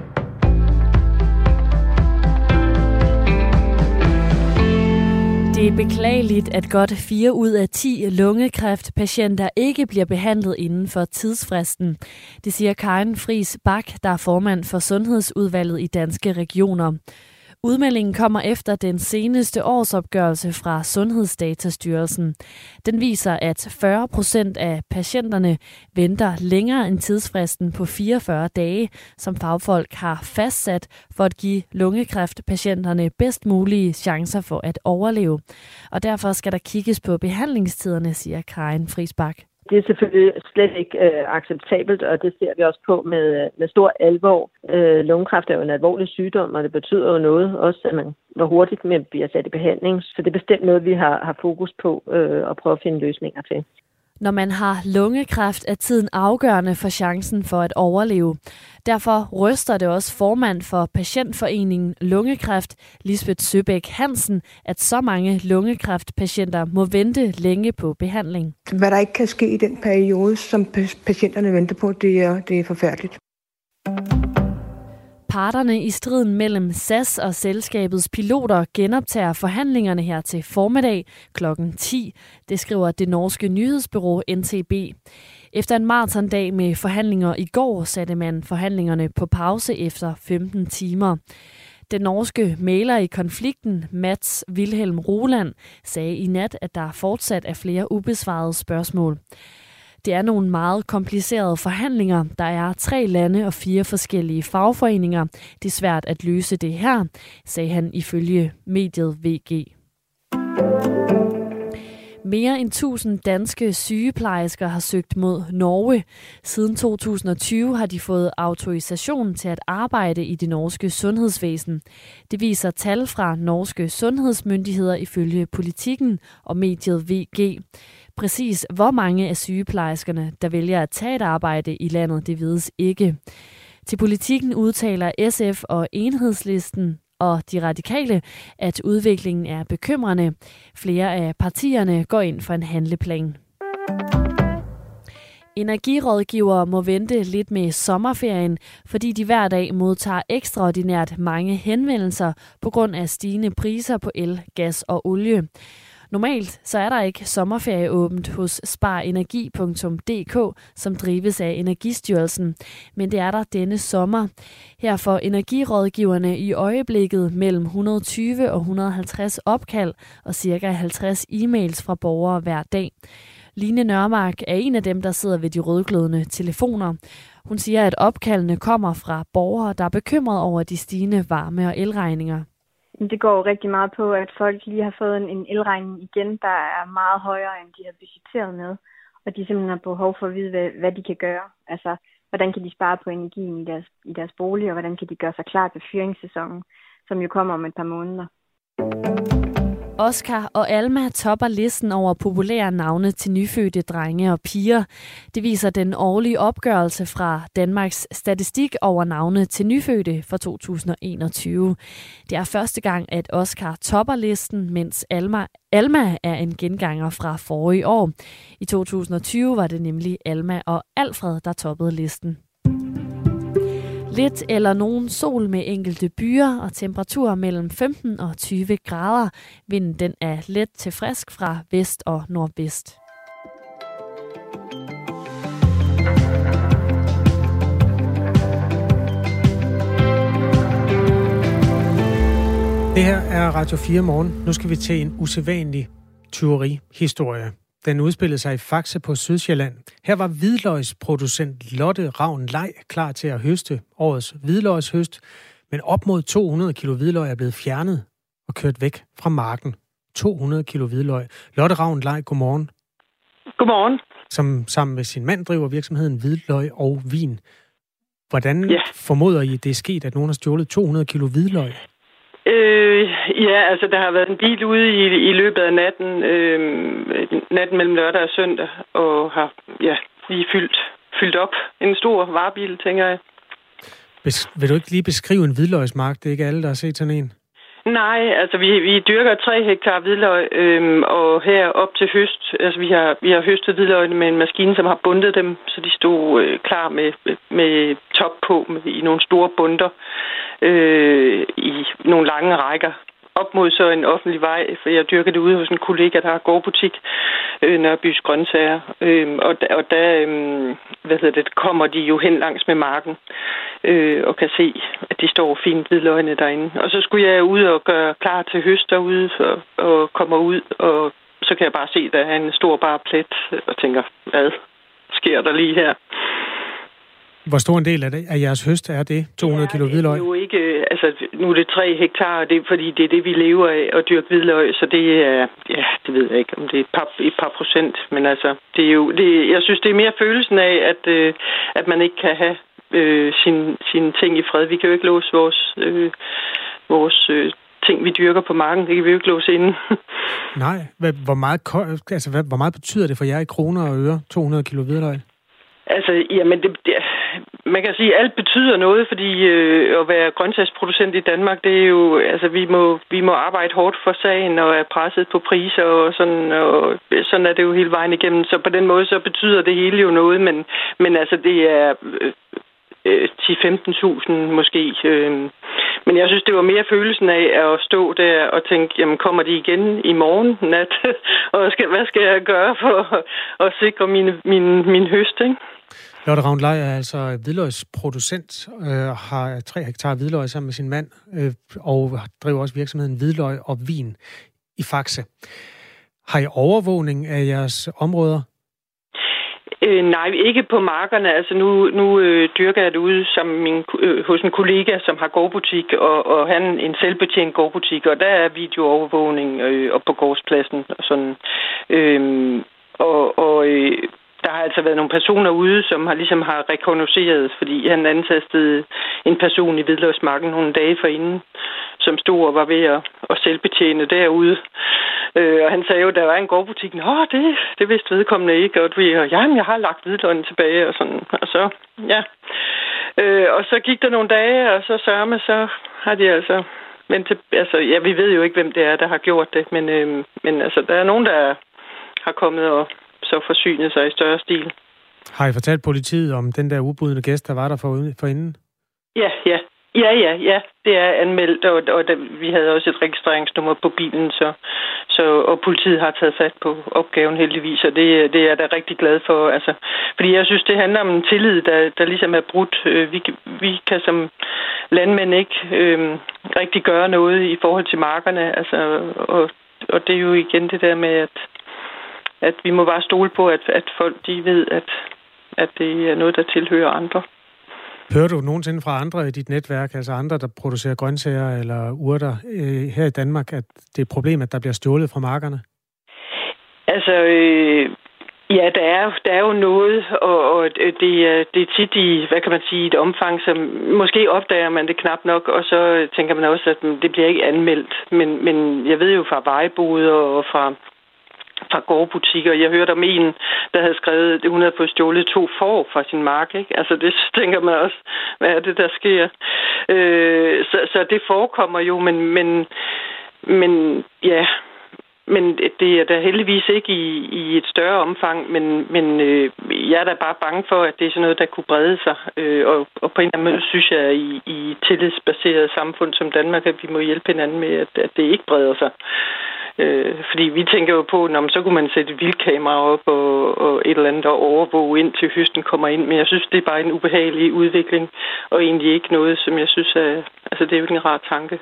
Det er beklageligt, at godt fire ud af ti lungekræftpatienter ikke bliver behandlet inden for tidsfristen. Det siger Karin Friis Bak, der er formand for Sundhedsudvalget i Danske Regioner. Udmeldingen kommer efter den seneste årsopgørelse fra Sundhedsdatastyrelsen. Den viser, at fyrre procent af patienterne venter længere end tidsfristen på fireogfyrre dage, som fagfolk har fastsat for at give lungekræftpatienterne bedst mulige chancer for at overleve. Og derfor skal der kigges på behandlingstiderne, siger Karin Friis Bak. Det er selvfølgelig slet ikke øh, acceptabelt, og det ser vi også på med, med stor alvor. Øh, lungekræft er jo en alvorlig sygdom, og det betyder jo noget også, at man hvor hurtigt man bliver sat i behandling. Så det er bestemt noget, vi har, har fokus på øh, at prøve at finde løsninger til. Når man har lungekræft, er tiden afgørende for chancen for at overleve. Derfor ryster det også formand for Patientforeningen Lungekræft, Lisbeth Søbæk Hansen, at så mange lungekræftpatienter må vente længe på behandling. Hvad der ikke kan ske i den periode, som patienterne venter på, det er, det er forfærdeligt. Parterne i striden mellem S A S og selskabets piloter genoptager forhandlingerne her til formiddag klokken ti. Det skriver det norske nyhedsbureau N T B. Efter en maratondag med forhandlinger i går, satte man forhandlingerne på pause efter femten timer. Den norske mægler i konflikten, Mats Wilhelm Roland, sagde i nat, at der fortsat er flere ubesvarede spørgsmål. Det er nogle meget komplicerede forhandlinger. Der er tre lande og fire forskellige fagforeninger. Det er svært at løse det her, sagde han ifølge mediet V G. Mere end tusind danske sygeplejersker har søgt mod Norge. Siden to tusind og tyve har de fået autorisation til at arbejde i det norske sundhedsvæsen. Det viser tal fra norske sundhedsmyndigheder ifølge Politikken og mediet V G. Præcis hvor mange af sygeplejerskerne, der vælger at tage et arbejde i landet, det vides ikke. Til Politikken udtaler S F og Enhedslisten og de radikale, at udviklingen er bekymrende. Flere af partierne går ind for en handleplan. Energirådgivere må vente lidt med sommerferien, fordi de hver dag modtager ekstraordinært mange henvendelser på grund af stigende priser på el, gas og olie. Normalt så er der ikke sommerferie åbent hos sparenergi punktum d k, som drives af Energistyrelsen, men det er der denne sommer. Her får energirådgiverne i øjeblikket mellem et hundrede og tyve og et hundrede og halvtreds opkald og ca. halvtreds e-mails fra borgere hver dag. Line Nørmark er en af dem, der sidder ved de rødglødende telefoner. Hun siger, at opkaldene kommer fra borgere, der er bekymrede over de stigende varme- og elregninger. Det går jo rigtig meget på, at folk lige har fået en, en elregning igen, der er meget højere, end de har budgetteret med. Og de simpelthen har behov for at vide, hvad, hvad de kan gøre. Altså, hvordan kan de spare på energien i deres, i deres bolig, og hvordan kan de gøre sig klar til fyringssæsonen, som jo kommer om et par måneder. Oscar og Alma topper listen over populære navne til nyfødte drenge og piger. Det viser den årlige opgørelse fra Danmarks Statistik over navne til nyfødte for to tusind og enogtyve. Det er første gang, at Oscar topper listen, mens Alma, Alma er en genganger fra forrige år. I to tusind og tyve var det nemlig Alma og Alfred, der toppede listen. Lidt eller nogen sol med enkelte byer og temperaturer mellem femten og tyve grader. Vinden den er let til frisk fra vest og nordvest. Det her er Radio fire Morgen. Nu skal vi til en usædvanlig tyverihistorie. Den udspillede sig i Faxe på Sydsjælland. Her var hvidløgsproducent Lotte Ravn Lej klar til at høste årets hvidløgshøst, men op mod to hundrede kilo hvidløg er blevet fjernet og kørt væk fra marken. to hundrede kilo hvidløg. Lotte Ravn Lej, godmorgen. Godmorgen. Som sammen med sin mand driver virksomheden Hvidløg og Vin. Hvordan ja. formoder I, det er sket, at nogen har stjålet to hundrede kilo hvidløg? Øh, ja, altså der har været en bil ude i, i løbet af natten, øh, natten mellem lørdag og søndag, og har ja, lige fyldt, fyldt op. En stor varebil, tænker jeg. Bes- vil du ikke lige beskrive en hvidløgsmark? Det er ikke alle, der har set sådan en. Nej, altså vi, vi dyrker tre hektar hvidløg, øhm, og her op til høst, altså vi har, vi har høstet hvidløgene med en maskine, som har bundet dem, så de stod øh, klar med, med top på med, i nogle store bunter øh, i nogle lange rækker. Op mod så en offentlig vej, for jeg dyrker det ude hos en kollega, der har gårdbutik, øh, Nørbys Grøntsager. Øh, og da, og der øh, hvad hedder det, kommer de jo hen langs med marken øh, og kan se, at de står fint hvidløgene derinde. Og så skulle jeg ud og gøre klar til høst derude og, og kommer ud, og så kan jeg bare se, at der er en stor bare plet og tænker, hvad sker der lige her? Hvor stor en del af, det, af jeres høst er det? to hundrede kilo hvidløg? Det er jo ikke, altså nu er det tre hektar, det er, fordi det er det, vi lever af at dyrke hvidløg, så det er, ja, det ved jeg ikke, om det er et par, et par procent, men altså, det er jo, det, jeg synes, det er mere følelsen af, at, øh, at man ikke kan have øh, sine sin ting i fred. Vi kan jo ikke låse vores, øh, vores øh, ting, vi dyrker på marken, det kan vi jo ikke låse inde. Nej, hvor meget, altså, hvor meget betyder det for jer i kroner og øre, to hundrede kilo hvidløg? Altså, jamen, det, det, man kan sige, at alt betyder noget, fordi øh, at være grøntsagsproducent i Danmark, det er jo, altså, vi må, vi må arbejde hårdt for sagen og er presset på priser og sådan, og sådan er det jo hele vejen igennem. Så på den måde, så betyder det hele jo noget, men, men altså, det er øh, ti til femten tusind måske. Øh. Men jeg synes, det var mere følelsen af at stå der og tænke, jamen kommer de igen i morgen nat? Og skal, hvad skal jeg gøre for at sikre min, min, min høst, ikke? Lotte Ravn-Lej er altså hvidløgsproducent, øh, har tre hektar hvidløg sammen med sin mand, øh, og driver også virksomheden Hvidløg og Vin i Fakse. Har I overvågning af jeres områder? Øh, nej, ikke på markerne. Altså nu, nu øh, dyrker jeg det ude som min, øh, hos en kollega, som har gårdbutik, og, og han en selvbetjent gårdbutik, og der er videoovervågning øh, op på gårdspladsen og sådan. Øh, og og øh, der har altså været nogle personer ude, som har ligesom har rekognosceret, fordi han antastede en person i Hvidløgsmarken nogle dage forinden, som stod og var ved at, at selvbetjene derude. Øh, og han sagde jo, at der var en gårdbutik. Nå, det, det vidste vedkommende ikke. Og vi, og, jamen, jeg har lagt hvidløgnen tilbage og sådan. Og så, ja. Øh, og så gik der nogle dage, og så sørme, så har de altså... Men til, altså, ja, vi ved jo ikke, hvem det er, der har gjort det. Men, øh, men altså, der er nogen, der har kommet og så forsynet sig i større stil. Har I fortalt politiet om den der ubudne gæst, der var der for, forinden? Ja, ja. Ja, ja, ja. Det er anmeldt, og, og der, vi havde også et registreringsnummer på bilen, så, så, og politiet har taget fat på opgaven heldigvis, og det, det er jeg da rigtig glad for. Altså, fordi jeg synes, det handler om en tillid, der, der ligesom er brudt. Vi, vi kan som landmænd ikke øh, rigtig gøre noget i forhold til markerne, altså, og, og det er jo igen det der med, at, at vi må bare stole på, at, at folk de ved, at, at det er noget, der tilhører andre. Hører du nogensinde fra andre i dit netværk, altså andre, der producerer grøntsager eller urter øh, her i Danmark, at det er et problem, at der bliver stjålet fra markerne? Altså, øh, ja, der er, der er jo noget, og, og det, er, det er tit i, hvad kan man sige, et omfang, som måske opdager man det knap nok, og så tænker man også, at det bliver ikke anmeldt. Men, men jeg ved jo fra vejboder og fra... fra gårdbutikker. Jeg hørte om en, der havde skrevet, at hun havde fået stjålet to får fra sin mark. Ikke? Altså det tænker man også, hvad er det, der sker? Øh, så, så det forekommer jo, men, men, men ja, men det er da heldigvis ikke i, i et større omfang, men, men øh, jeg er da bare bange for, at det er sådan noget, der kunne brede sig. Øh, og, og på en eller anden måde synes jeg, at i, i tillidsbaseret samfund som Danmark, at vi må hjælpe hinanden med, at, at det ikke breder sig. Øh, fordi vi tænker jo på, at så kunne man sætte et vildkamera op og, og et eller andet og overvåge ind til høsten kommer ind. Men jeg synes, det er bare en ubehagelig udvikling, og egentlig ikke noget, som jeg synes er... Altså, det er jo ikke en rar tanke.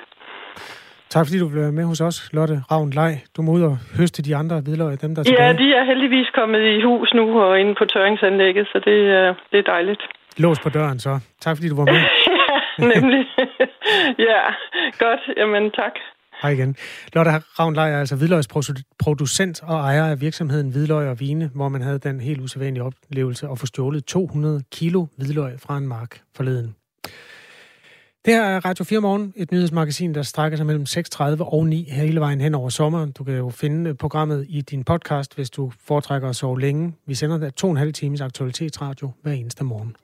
Tak fordi du blev med hos os, Lotte Ravn-Lej. Du må ud og høste de andre hvidløg, dem der er tilbage. Ja, de er heldigvis kommet i hus nu og inde på tørringsanlægget, så det, det er dejligt. Lås på døren så. Tak fordi du var med. Ja, nemlig. Ja, godt. Jamen, tak. Hej igen. Lotte Ravn-Lej er altså hvidløgsproducent og ejer af virksomheden Hvidløg og Vine, hvor man havde den helt usædvanlige oplevelse at få stjålet to hundrede kilo hvidløg fra en mark forleden. Det her er Radio fire Morgen, et nyhedsmagasin, der strækker sig mellem seks tredive og ni hele vejen hen over sommeren. Du kan jo finde programmet i din podcast, hvis du foretrækker at sove længe. Vi sender der to og en halv times aktualitetsradio hver eneste morgen.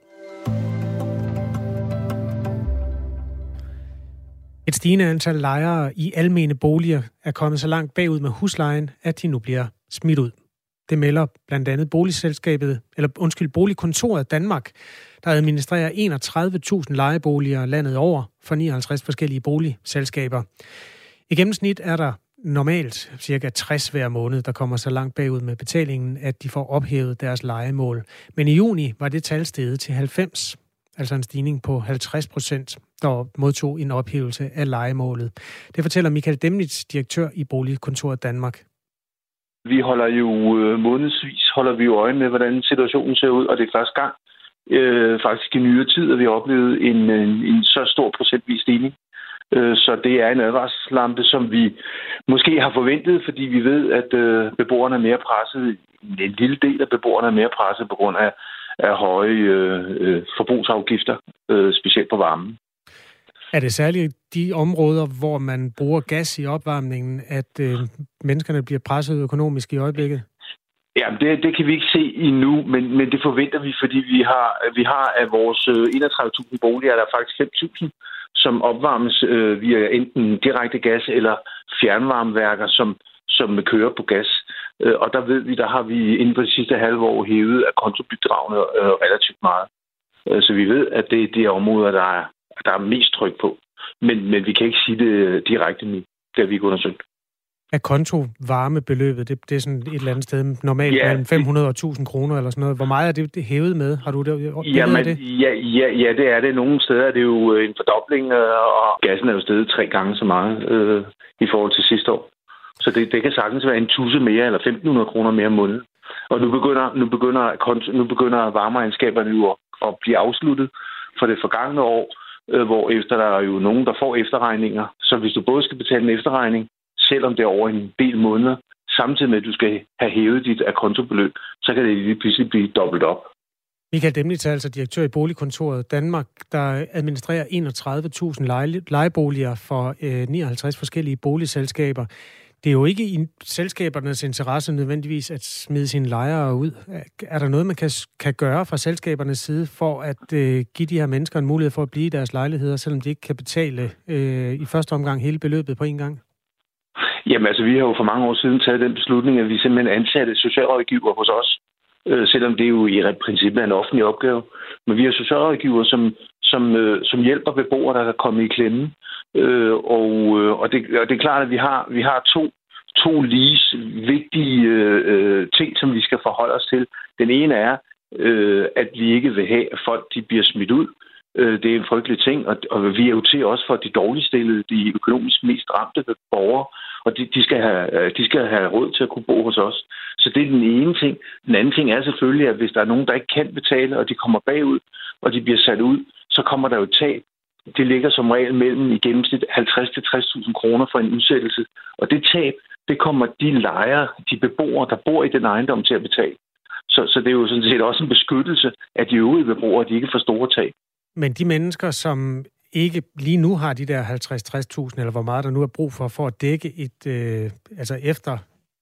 Et stigende antal lejere i almene boliger er kommet så langt bagud med huslejen, at de nu bliver smidt ud. Det melder blandt andet boligselskabet, eller undskyld, Boligkontoret Danmark, der administrerer enogtredive tusind lejeboliger landet over for nioghalvtreds forskellige boligselskaber. I gennemsnit er der normalt cirka tres hver måned, der kommer så langt bagud med betalingen, at de får ophævet deres lejemål. Men i juni var det tal steget til halvfems, altså en stigning på halvtreds procent, der modtog en ophævelse af lejemålet. Det fortæller Michael Demnitz, direktør i Boligkontoret Danmark. Vi holder jo månedsvis holder vi jo øje med, hvordan situationen ser ud, og det er første gang øh, faktisk i nyere tid, at vi har oplevet en, en, en så stor procentvis stigning. Øh, så det er en advarselslampe, som vi måske har forventet, fordi vi ved, at øh, beboerne er mere presset. En lille del af beboerne er mere presset på grund af, af høje øh, forbrugsafgifter, øh, specielt på varmen. Er det særligt de områder, hvor man bruger gas i opvarmningen, at øh, menneskerne bliver presset økonomisk i øjeblikket? Ja, det, det kan vi ikke se endnu, men, men det forventer vi, fordi vi har, vi har af vores enogtredive tusind boliger, der er faktisk fem tusind, som opvarmes øh, via enten direkte gas eller fjernvarmeværker, som, som kører på gas. Øh, og der ved vi, der har vi inden for de sidste halve år hævet af kontobidragene øh, relativt meget. Øh, så vi ved, at det er de områder, der er der er mest tryk på. Men, men vi kan ikke sige det direkte nu, da vi ikke undersøgt. Er kontovarmebeløbet, det, det er sådan et eller andet sted normalt ja, mellem fem hundrede og tusind kroner eller sådan noget. Hvor meget er det, det hævet med? Har du det? Jamen, det? Ja, ja, ja, det er det. Nogle steder er det jo en fordobling, og gassen er jo steget tre gange så meget øh, i forhold til sidste år. Så det, det kan sagtens være en tusse mere, eller femten hundrede kroner mere om måneden. Og nu begynder, nu begynder, konto, nu begynder varmeregnskaberne jo at, at blive afsluttet for det forgangne år, hvor efter der er jo nogen, der får efterregninger. Så hvis du både skal betale en efterregning, selvom det er over en del måneder, samtidig med, at du skal have hævet dit akontobeløb, så kan det lige pludselig blive dobbelt op. Michael Demnitz er altså direktør i Boligkontoret Danmark, der administrerer enogtredive tusind leje, lejeboliger for øh, nioghalvtreds forskellige boligselskaber. Det er jo ikke i selskabernes interesse nødvendigvis at smide sine lejere ud. Er der noget, man kan, kan gøre fra selskabernes side for at øh, give de her mennesker en mulighed for at blive i deres lejligheder, selvom de ikke kan betale øh, i første omgang hele beløbet på en gang? Jamen altså, vi har jo for mange år siden taget den beslutning, at vi simpelthen ansatte socialrådgiver hos os, øh, selvom det er jo i princippet en offentlig opgave. Men vi har socialrådgiver, som, som, øh, som hjælper beboere, der er kommet i klemme. Øh, og, øh, og, det, og det er klart, at vi har, vi har to, to lige vigtige øh, ting, som vi skal forholde os til. Den ene er, øh, at vi ikke vil have, at folk de bliver smidt ud. Øh, det er en frygtelig ting, og, og vi er jo til også for de dårligt stillede, de økonomisk mest ramte borgere, og de, de, skal have, de skal have råd til at kunne bo hos os. Så det er den ene ting. Den anden ting er selvfølgelig, at hvis der er nogen, der ikke kan betale, og de kommer bagud, og de bliver sat ud, så kommer der jo tab. Det ligger som regel mellem i gennemsnit halvtreds til tres tusind kroner for en udsættelse. Og det tab, det kommer de lejere, de beboere, der bor i den ejendom til at betale. Så, så det er jo sådan set også en beskyttelse af de øvrige beboere, de ikke får store tab. Men de mennesker, som ikke lige nu har de der halvtreds til tres tusind, eller hvor meget der nu er brug for, for at dække et, øh, altså efter,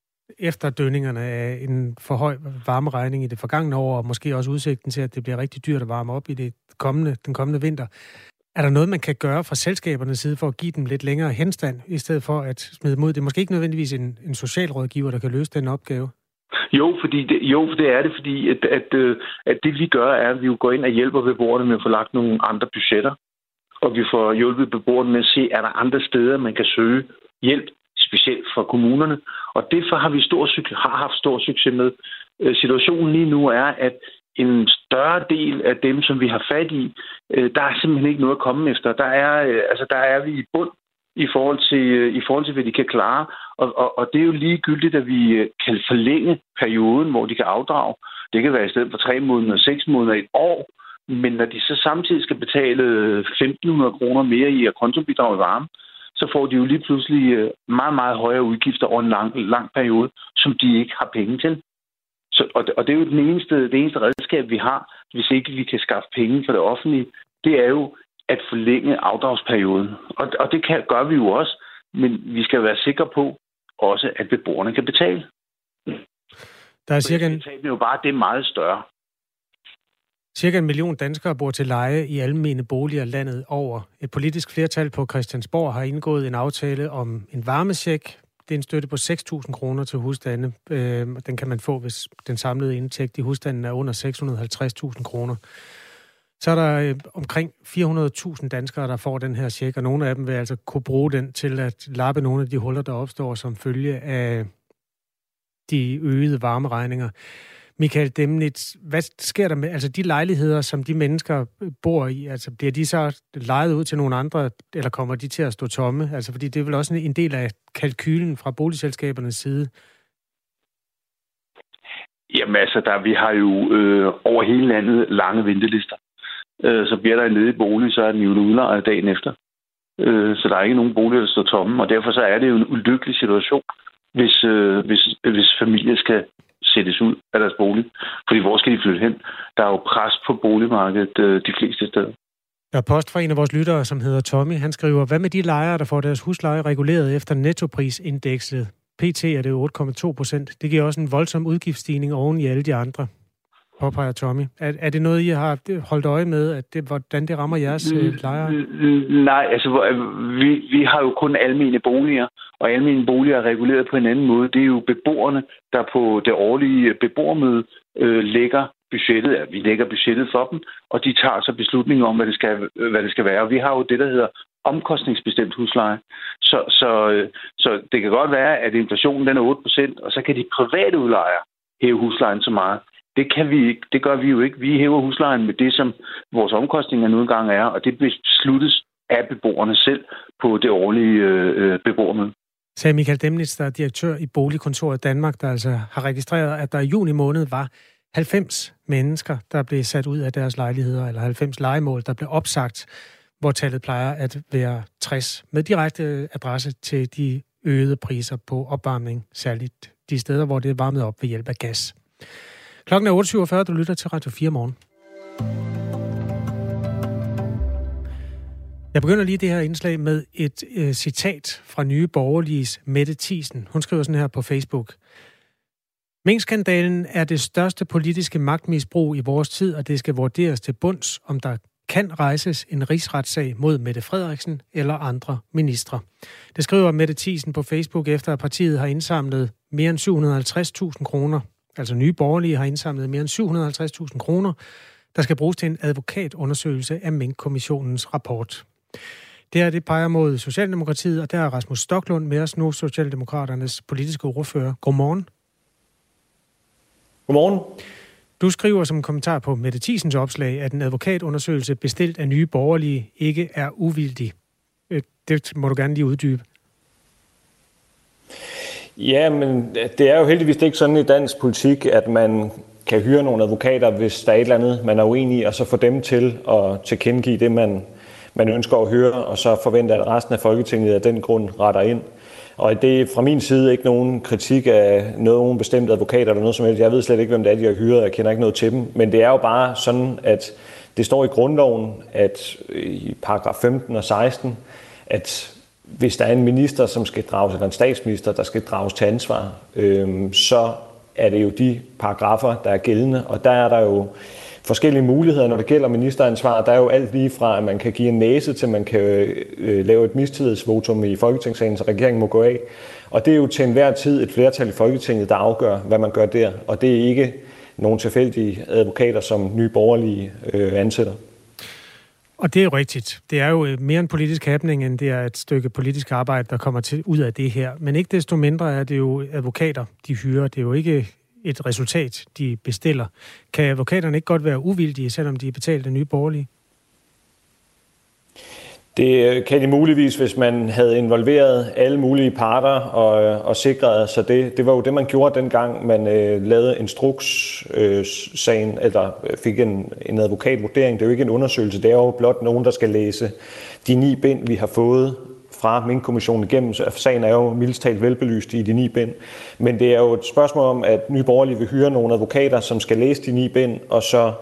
efter dønningerne af en for høj varmeregning i det forgangne år, og måske også udsigten til, at det bliver rigtig dyrt at varme op i det kommende, den kommende vinter. Er der noget, man kan gøre fra selskabernes side for at give dem lidt længere henstand, i stedet for at smide dem ud? Det er måske ikke nødvendigvis en, en socialrådgiver, der kan løse den opgave. Jo, fordi det, jo, det er det, fordi at, at, at det vi gør, er, at vi går ind og hjælper beboerne med at få lagt nogle andre budgetter. Og vi får hjulpet beboerne med at se, er der andre steder, man kan søge hjælp, specielt fra kommunerne. Og derfor har vi stor, har haft stor succes med. Situationen lige nu er, at en større del af dem, som vi har fat i, der er simpelthen ikke noget at komme efter. Der er, altså, der er vi i bund i forhold til, i forhold til hvad de kan klare. Og, og, og det er jo ligegyldigt, at vi kan forlænge perioden, hvor de kan afdrage. Det kan være i stedet for tre måneder, seks måneder, et år. Men når de så samtidig skal betale femten hundrede kroner mere i kontobidrag i varme, så får de jo lige pludselig meget, meget højere udgifter over en lang, lang periode, som de ikke har penge til. Så, og, det, og det er jo den eneste, det eneste redskab, vi har, hvis ikke vi kan skaffe penge for det offentlige. Det er jo at forlænge afdragsperioden. Og, og det kan, gør vi jo også, men vi skal være sikre på også, at beboerne kan betale. Der er cirka en... Betaler jo bare, det er meget større. Cirka en million danskere bor til leje i almene boliger landet over. Et politisk flertal på Christiansborg har indgået en aftale om en varmecheck. Det er en støtte på seks tusind kroner til husstande. Den kan man få, hvis den samlede indtægt i husstanden er under seks hundrede og halvtreds tusind kroner. Så er der omkring fire hundrede tusind danskere, der får den her check, og nogle af dem vil altså kunne bruge den til at lappe nogle af de huller, der opstår som følge af de øgede varmeregninger. Michael Demnitz, hvad sker der med altså de lejligheder, som de mennesker bor i? Altså bliver de så lejet ud til nogle andre, eller kommer de til at stå tomme? Altså fordi det er vel også en del af kalkylen fra boligselskabernes side. Jamen altså, der, vi har jo øh, over hele landet lange ventelister. Øh, så bliver der en ledig bolig, så er den jo udlejet dagen efter. Øh, så der er ikke nogen boliger, der står tomme, og derfor så er det jo en ulykkelig situation, hvis, øh, hvis, hvis familier skal sættes ud af deres bolig. Fordi hvor skal de flytte hen? Der er jo pres på boligmarkedet øh, de fleste steder. Der er post fra en af vores lyttere, som hedder Tommy. Han skriver, hvad med de lejere, der får deres husleje reguleret efter nettoprisindekset? P T er det otte komma to procent. Det giver også en voldsom udgiftsstigning oven i alle de andre, påpeger Tommy. Er, er det noget, I har holdt øje med, at det, hvordan det rammer jeres øh, lejere? Nej, altså vi, vi har jo kun almene boliger, og almene boliger er reguleret på en anden måde. Det er jo beboerne, der på det årlige beboermøde øh, lægger budgettet. Ja, vi lægger budgettet for dem, og de tager så beslutninger om, hvad det skal, hvad det skal være. Og vi har jo det, der hedder omkostningsbestemt husleje. Så, så, så det kan godt være, at inflationen den er otte procent, og så kan de private udlejere hæve huslejen så meget. Det kan vi ikke. Det gør vi jo ikke. Vi hæver huslejen med det, som vores omkostninger nu engang er, og det besluttes af beboerne selv på det årlige øh, beboermøde. Sagde Michael Demnitz, der er direktør i Boligkontoret Danmark, der altså har registreret, at der i juni måned var halvfems mennesker, der blev sat ud af deres lejligheder, eller halvfems lejemål, der blev opsagt, hvor tallet plejer at være tres, med direkte adresse til de øgede priser på opvarmning, særligt de steder, hvor det er varmet op ved hjælp af gas. Klokken er otte syvogfyrre, du lytter til Radio fire morgen. Jeg begynder lige det her indslag med et øh, citat fra Nye Borgerliges Mette Thiesen. Hun skriver sådan her på Facebook. Minkskandalen er det største politiske magtmisbrug i vores tid, og det skal vurderes til bunds, om der kan rejses en rigsretssag mod Mette Frederiksen eller andre ministre. Det skriver Mette Thiesen på Facebook, efter at partiet har indsamlet mere end syv hundrede og halvtreds tusind kroner. Altså Nye Borgerlige har indsamlet mere end syv hundrede og halvtreds tusind kroner, der skal bruges til en advokatundersøgelse af Minkkommissionens rapport. Det her det peger mod Socialdemokratiet, og der er Rasmus Stoklund med os nu, Socialdemokraternes politiske ordfører. Godmorgen. Godmorgen. Du skriver som kommentar på Mette Thiesens opslag, at en advokatundersøgelse bestilt af Nye Borgerlige ikke er uvildig. Det må du gerne lige uddybe. Ja, men det er jo heldigvis ikke sådan i dansk politik, at man kan hyre nogle advokater, hvis der er et eller andet, man er uenig i, og så få dem til at tilkendegive det, man, man ønsker at høre, og så forvente, at resten af Folketinget af den grund retter ind. Og det er fra min side ikke nogen kritik af nogen bestemte advokater eller noget som helst. Jeg ved slet ikke, hvem det er, de har hyret. Jeg kender ikke noget til dem. Men det er jo bare sådan, at det står i grundloven, at i paragraf femten og seksten, at hvis der er en minister, som skal drages, eller en statsminister, der skal drages til ansvar, øhm, så er det jo de paragrafer, der er gældende. Og der er der jo forskellige muligheder, når det gælder ministeransvar. Der er jo alt lige fra, at man kan give en næse, til man kan øh, lave et mistillidsvotum i Folketingssalen, så regeringen må gå af. Og det er jo til enhver tid et flertal i Folketinget, der afgør, hvad man gør der. Og det er ikke nogen tilfældige advokater, som Nye Borgerlige øh, ansætter. Og det er jo rigtigt. Det er jo mere en politisk happening, end det er et stykke politisk arbejde, der kommer til ud af det her. Men ikke desto mindre er det jo advokater, de hyrer. Det er jo ikke et resultat, de bestiller. Kan advokaterne ikke godt være uvildige, selvom de er betalt af Nye Borgerlige? Det kan de muligvis, hvis man havde involveret alle mulige parter og, og sikret sig det. Det var jo det, man gjorde dengang, man øh, lavede instrukssagen, øh, eller fik en, en advokatvurdering. Det er jo ikke en undersøgelse, det er jo blot nogen, der skal læse de ni bind, vi har fået fra Minkkommissionen igennem. Sagen er jo mildest talt velbelyst i de ni bind. Men det er jo et spørgsmål om, at Nye Borgerlige vil hyre nogle advokater, som skal læse de ni bind, og så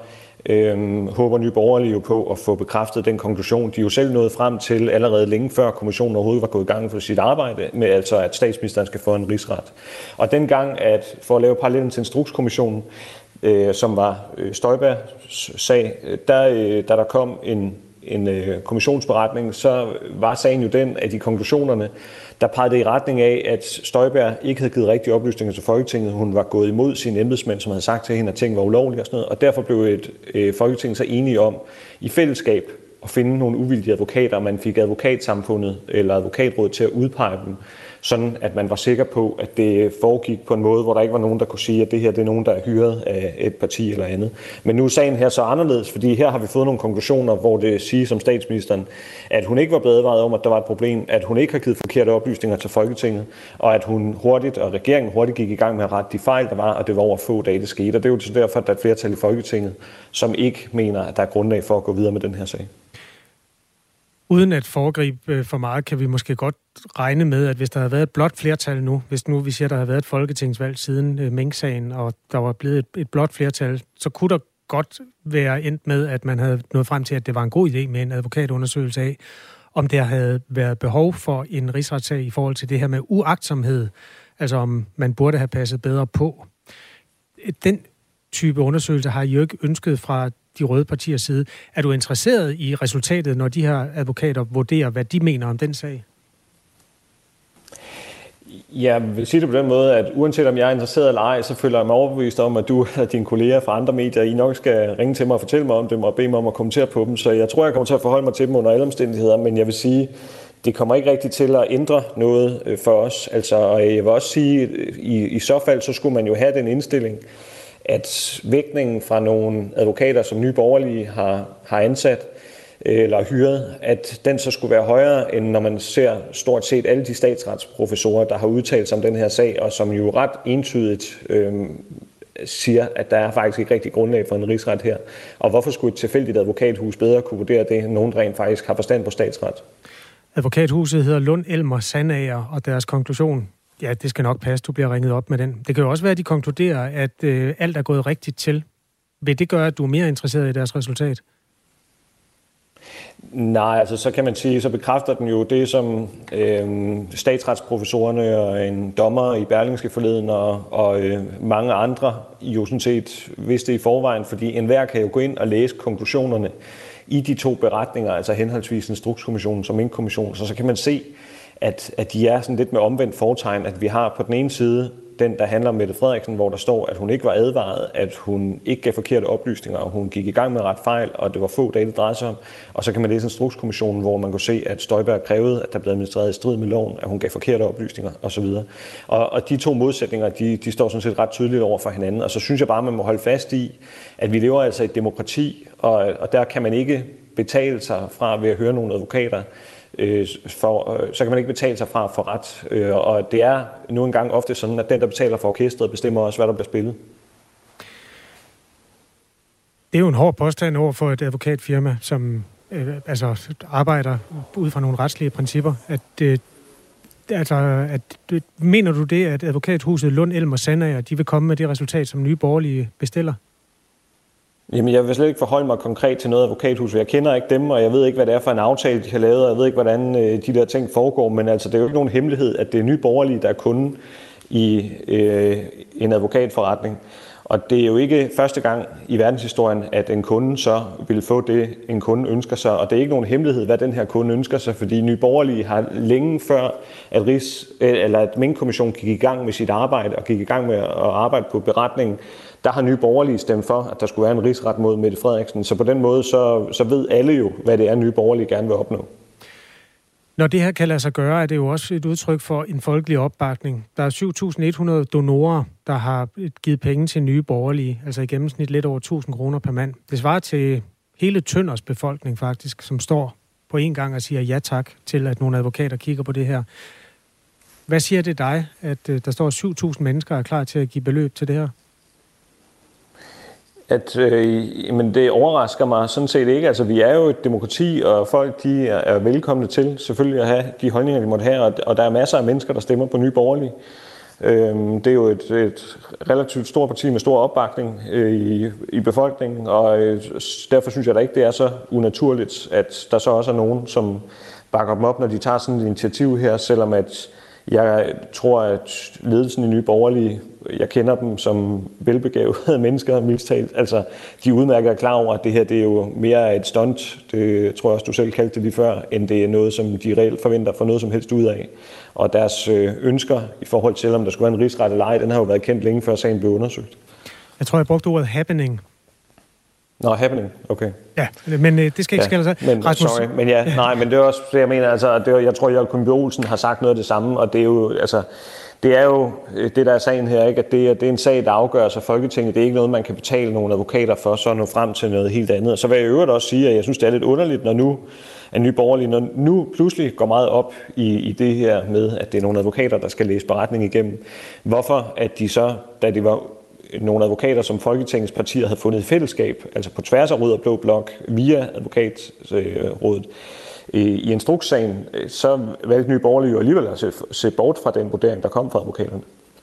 øh, håber Nye Borgerlige jo på at få bekræftet den konklusion, de jo selv nåede frem til allerede længe før kommissionen overhovedet var gået i gang for sit arbejde, med altså at statsministeren skal få en rigsret. Og dengang, at for at lave parallellen til Instrukskommissionen, øh, som var øh, Støjbergs sag, der, øh, da der kom en en øh, kommissionsberetning, så var sagen jo den, at i konklusionerne, der pegede det i retning af, at Støjberg ikke havde givet rigtige oplysninger til Folketinget. Hun var gået imod sine embedsmænd, som havde sagt til hende, at ting var ulovlige og sådan noget. Og derfor blev et øh, Folketing så enige om i fællesskab at finde nogle uvildige advokater, og man fik advokatsamfundet eller advokatrådet til at udpege dem, sådan at man var sikker på, at det foregik på en måde, hvor der ikke var nogen, der kunne sige, at det her det er nogen, der er hyret af et parti eller andet. Men nu er sagen her så anderledes, fordi her har vi fået nogle konklusioner, hvor det siger som statsministeren, at hun ikke var blevet advaret om, at der var et problem, at hun ikke har givet forkerte oplysninger til Folketinget, og at hun hurtigt, og regeringen hurtigt gik i gang med at rette de fejl, der var, og det var over få dage, det skete. Og det er jo derfor, at der er et flertal i Folketinget, som ikke mener, at der er grundlag for at gå videre med den her sag. Uden at foregribe for meget, kan vi måske godt regne med, at hvis der havde været et blåt flertal nu, hvis nu vi siger, at der havde været et folketingsvalg siden Mink-sagen, og der var blevet et, et blåt flertal, så kunne der godt være endt med, at man havde nået frem til, at det var en god idé med en advokatundersøgelse af, om der havde været behov for en rigsretssag i forhold til det her med uagtsomhed, altså om man burde have passet bedre på. Den type undersøgelse har I jo ikke ønsket fra de røde partiers side. Er du interesseret i resultatet, når de her advokater vurderer, hvad de mener om den sag? Jeg vil sige det på den måde, at uanset om jeg er interesseret eller ej, så føler jeg mig overbevist om, at du og dine kolleger fra andre medier, I nok skal ringe til mig og fortælle mig om dem og bede mig om at kommentere på dem. Så jeg tror, jeg kommer til at forholde mig til dem under alle omstændigheder, men jeg vil sige, det kommer ikke rigtig til at ændre noget for os. Altså, jeg vil også sige, i, i så fald, så skulle man jo have den indstilling, at vægtningen fra nogle advokater, som Nye Borgerlige har, har ansat eller hyret, at den så skulle være højere, end når man ser stort set alle de statsretsprofessorer, der har udtalt sig om den her sag, og som jo ret entydigt øh, siger, at der er faktisk ikke rigtig grundlag for en rigsret her. Og hvorfor skulle et tilfældigt advokathus bedre kunne vurdere det, end nogen rent faktisk har forstand på statsret? Advokathuset hedder Lund Elmer Sandager, og deres konklusion, ja, det skal nok passe, du bliver ringet op med den. Det kan jo også være, at de konkluderer, at øh, alt er gået rigtigt til. Vil det gøre, at du er mere interesseret i deres resultat? Nej, altså så kan man sige, så bekræfter den jo det, som øh, statsretsprofessorerne og en dommer i Berlingske forleden og, og øh, mange andre jo sådan set vidste i forvejen, fordi enhver kan jo gå ind og læse konklusionerne i de to beretninger, altså henholdsvis Instrukskommissionen som Mink-kommissionen, så så kan man se, at, at de er sådan lidt med omvendt fortegn, at vi har på den ene side den, der handler om Mette Frederiksen, hvor der står, at hun ikke var advaret, at hun ikke gav forkerte oplysninger, og hun gik i gang med ret fejl, og det var få dage, det drejede sig om. Og så kan man læse Instrukskommissionen, hvor man kunne se, at Støjberg krævede, at der blev administreret i strid med loven, at hun gav forkerte oplysninger osv. Og, og de to modsætninger, de, de står sådan set ret tydeligt over for hinanden. Og så synes jeg bare, man må holde fast i, at vi lever altså i et demokrati, og, og der kan man ikke betale sig fra ved at høre nogle advokater, For, så kan man ikke betale sig fra for ret. Og det er nu engang ofte sådan, at den, der betaler for orkestret, bestemmer også, hvad der bliver spillet. Det er jo en hård påstand over for et advokatfirma, som øh, altså arbejder ud fra nogle retslige principper. At, øh, altså, at, øh, mener du det, at advokathuset Lund Elmer Sandager, de vil komme med det resultat, som Nye Borgerlige bestiller? Jamen, jeg vil slet ikke forholde mig konkret til noget advokathus, jeg kender ikke dem, og jeg ved ikke, hvad det er for en aftale, de har lavet, og jeg ved ikke, hvordan øh, de der ting foregår, men altså, det er jo ikke nogen hemmelighed, at det er Nye Borgerlige, der er kunden i øh, en advokatforretning. Og det er jo ikke første gang i verdenshistorien, at en kunde så vil få det, en kunde ønsker sig, og det er ikke nogen hemmelighed, hvad den her kunde ønsker sig, fordi Nye Borgerlige har længe før, at, Rigs, eller at Mink-kommissionen gik i gang med sit arbejde, og gik i gang med at arbejde på beretningen, der har Nye Borgerlige stemt for, at der skulle være en rigsret mod Mette Frederiksen. Så på den måde, så, så ved alle jo, hvad det er, Nye Borgerlige gerne vil opnå. Når det her kan lade sig gøre, er det jo også et udtryk for en folkelig opbakning. Der er syv tusind et hundrede donorer, der har givet penge til Nye Borgerlige, altså i gennemsnit lidt over tusind kroner per mand. Det svarer til hele Tønders befolkning faktisk, som står på en gang og siger ja tak til, at nogle advokater kigger på det her. Hvad siger det dig, at der står syv tusind mennesker er klar til at give beløb til det her? At, øh, men det overrasker mig sådan set ikke. Altså, vi er jo et demokrati, og folk de er, er velkomne til selvfølgelig at have de holdninger, de måtte have, og, og der er masser af mennesker, der stemmer på Nye Borgerlige. Øhm, det er jo et, et relativt stort parti med stor opbakning øh, i, i befolkningen, og øh, derfor synes jeg da ikke, det er så unaturligt, at der så også er nogen, som bakker dem op, når de tager sådan et initiativ her, selvom at jeg tror, at ledelsen i Nye Borgerlige, jeg kender dem som velbegavede mennesker, mildest. Altså, de udmærket er klar over, at det her det er jo mere et stunt, det tror jeg også, du selv kaldte det lige før, end det er noget, som de reelt forventer for noget som helst ud af. Og deres ønsker i forhold til, om der skulle være en rigsret eller ej, den har jo været kendt længe før sagen blev undersøgt. Jeg tror, jeg brugte ordet happening. Nå, happening, okay. Ja, men øh, det skal ikke ja, skille sig. Men, Rasmus. sorry, men ja, nej, men det er også det, jeg mener, altså, det er, jeg tror, Jørgen Kynbe Olsen har sagt noget af det samme, og det er jo, altså, det er jo det, der er sagen her, ikke? At det er, det er en sag, der afgøres af Folketinget. Det er ikke noget, man kan betale nogle advokater for, så at nå frem til noget helt andet. Og så vil jeg i øvrigt også sige, at jeg synes, det er lidt underligt, når nu at Nye Borgerlige, når nu pludselig går meget op i, i det her med, at det er nogle advokater, der skal læse beretning igennem. Hvorfor at de så, da det var nogle advokater, som Folketingets partier havde fundet i fællesskab, altså på tværs af Rød og Blå Blok, via advokatrådet, i instrukssagen, så valgte Nye Borgerlige jo alligevel at se, se bort fra den vurdering, der kom fra advokaterne.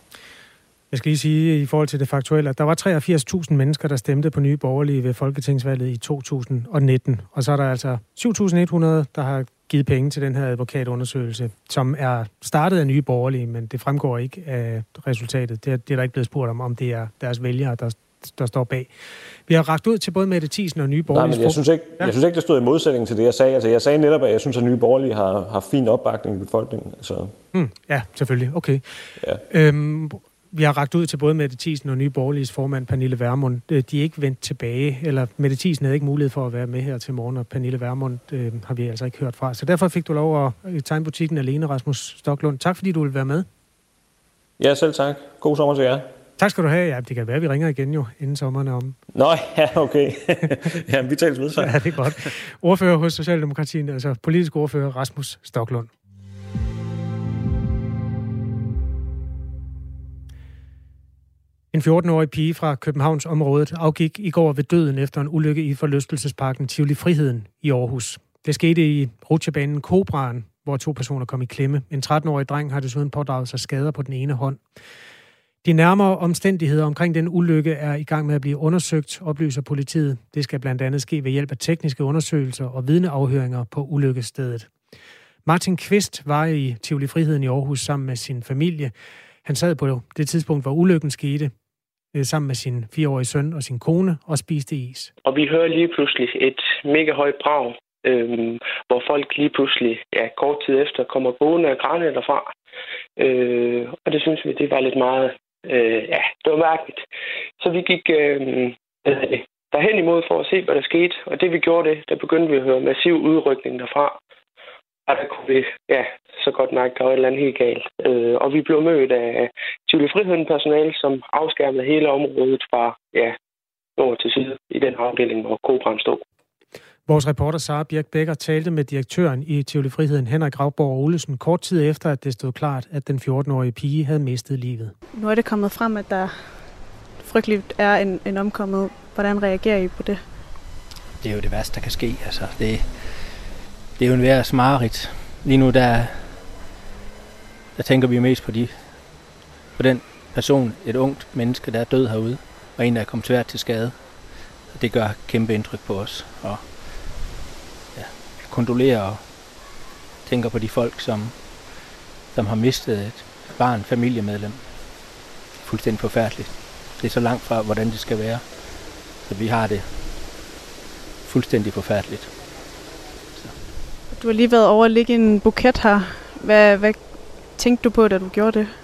Jeg skal lige sige i forhold til det faktuelle, at der var treogfirs tusind mennesker, der stemte på Nye Borgerlige ved Folketingsvalget i to tusind nitten. Og så er der altså syv tusind et hundrede, der har givet penge til den her advokatundersøgelse, som er startet af Nye Borgerlige, men det fremgår ikke af resultatet. Det er, det er der ikke blevet spurgt om, om det er deres vælgere, der, der står bag. Vi har rakt ud til både Mette Thiesen og Nye Borgerlige. Nej, men jeg synes ikke, ja. jeg synes ikke, det stod i modsætning til det, jeg sagde. Altså, jeg sagde netop, at jeg synes, at Nye Borgerlige har, har fin opbakning i befolkningen. Altså. Hmm, ja, selvfølgelig. Okay. Ja. Øhm, vi har rakt ud til både Mette Thiesen og Nye Borgerliges formand, Pernille Vermund. De er ikke vendt tilbage, eller Mette Thiesen havde ikke mulighed for at være med her til morgen, og Pernille Vermund øh, har vi altså ikke hørt fra. Så derfor fik du lov at tegne butikken alene, Rasmus Stoklund. Tak fordi du ville være med. Ja, selv tak. God sommer til jer. Tak skal du have. Ja, det kan være, at vi ringer igen jo, inden sommeren er om. Nå, ja, okay. Ja, vi tales ved så. Ja, det er godt. Ordfører hos Socialdemokratiet, altså politisk ordfører Rasmus Stoklund. En fjorten-årig pige fra Københavns området afgik i går ved døden efter en ulykke i forlystelsesparken Tivoli Friheden i Aarhus. Det skete i rutsjebanen Kobraen, hvor to personer kom i klemme. En tretten-årig dreng har desuden pådraget sig skader på den ene hånd. De nærmere omstændigheder omkring den ulykke er i gang med at blive undersøgt, oplyser politiet. Det skal blandt andet ske ved hjælp af tekniske undersøgelser og vidneafhøringer på ulykkesstedet. Martin Kvist var i Tivoli Friheden i Aarhus sammen med sin familie. Han sad på det tidspunkt, hvor ulykken skete, sammen med sin fireårige søn og sin kone og spiste is. Og vi hører lige pludselig et mega højt brag, øhm, hvor folk lige pludselig, ja, kort tid efter, kommer gående og grædende derfra. Øh, og det synes vi, det var lidt meget, øh, ja, det var mærkeligt. Så vi gik øh, derhen imod for at se, hvad der skete. Og det vi gjorde det, der begyndte vi at høre massiv udrykning derfra. Og der kunne vi, ja, så godt mærke, der var et eller andet helt galt. Øh, og vi blev mødt af Tivoli Friheden personale, som afskærmede hele området fra, ja, over til side i den afdeling, hvor Kobraen stod. Vores reporter Sara Birk Becker talte med direktøren i Tivoli Friheden, Henrik Gravborg Olesen, kort tid efter, at det stod klart, at den fjorten-årige pige havde mistet livet. Nu er det kommet frem, at der frygteligt er en, en omkommet. Hvordan reagerer I på det? Det er jo det værste, der kan ske. Altså, det, det er jo en værre mareridt. Lige nu, der, der tænker vi mest på, de, på den person, et ungt menneske, der er død herude, og en, der er kommet svært til skade. Det gør kæmpe indtryk på os. Og ja, kondolerer og tænker på de folk, som, som har mistet et barn, familiemedlem. Fuldstændig forfærdeligt. Det er så langt fra, hvordan det skal være. Så vi har det fuldstændig forfærdeligt. Så. Du har lige været over at lægge en buket her. Hvad, hvad tænkte du på, da du gjorde det?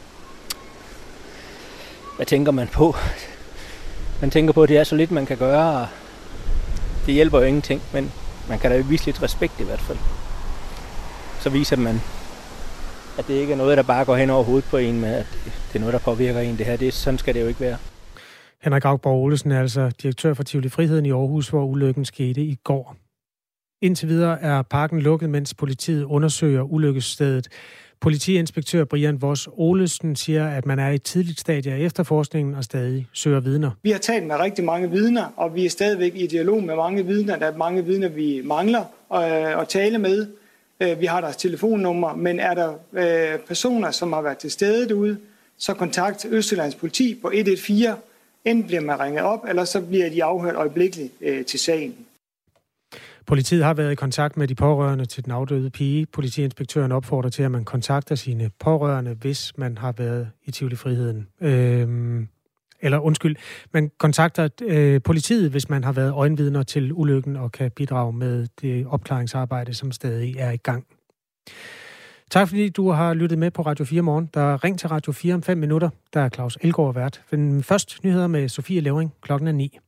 Hvad tænker man på? Man tænker på, at det er så lidt, man kan gøre, og det hjælper jo ingenting, men man kan da jo vise lidt respekt i hvert fald. Så viser man, at det ikke er noget, der bare går hen over hovedet på en, men at det er noget, der påvirker en. Det her, det, sådan skal det jo ikke være. Henrik Gravborg Olesen er altså direktør for Tivoli Friheden i Aarhus, hvor ulykken skete i går. Indtil videre er parken lukket, mens politiet undersøger ulykkesstedet. Politiinspektør Brian Voss Olesen siger, at man er i et tidligt stadie af efterforskningen og stadig søger vidner. Vi har talt med rigtig mange vidner, og vi er stadigvæk i dialog med mange vidner. Der er mange vidner, vi mangler øh, at tale med. Vi har deres telefonnummer, men er der øh, personer, som har været til stede derude, så kontakt Østjyllands politi på et et fire. Enten bliver man ringet op, eller så bliver de afhørt øjeblikkeligt øh, til sagen. Politiet har været i kontakt med de pårørende til den afdøde pige. Politiinspektøren opfordrer til, at man kontakter sine pårørende, hvis man har været i Tivoli-friheden. Øhm, eller undskyld, man kontakter øh, politiet, hvis man har været øjenvidner til ulykken og kan bidrage med det opklaringsarbejde, som stadig er i gang. Tak fordi du har lyttet med på Radio fire Morgen. Der er ring til Radio fire om fem minutter. Der er Claus Elgaard vært. Men først nyheder med Sofie Levering. Klokken er ni.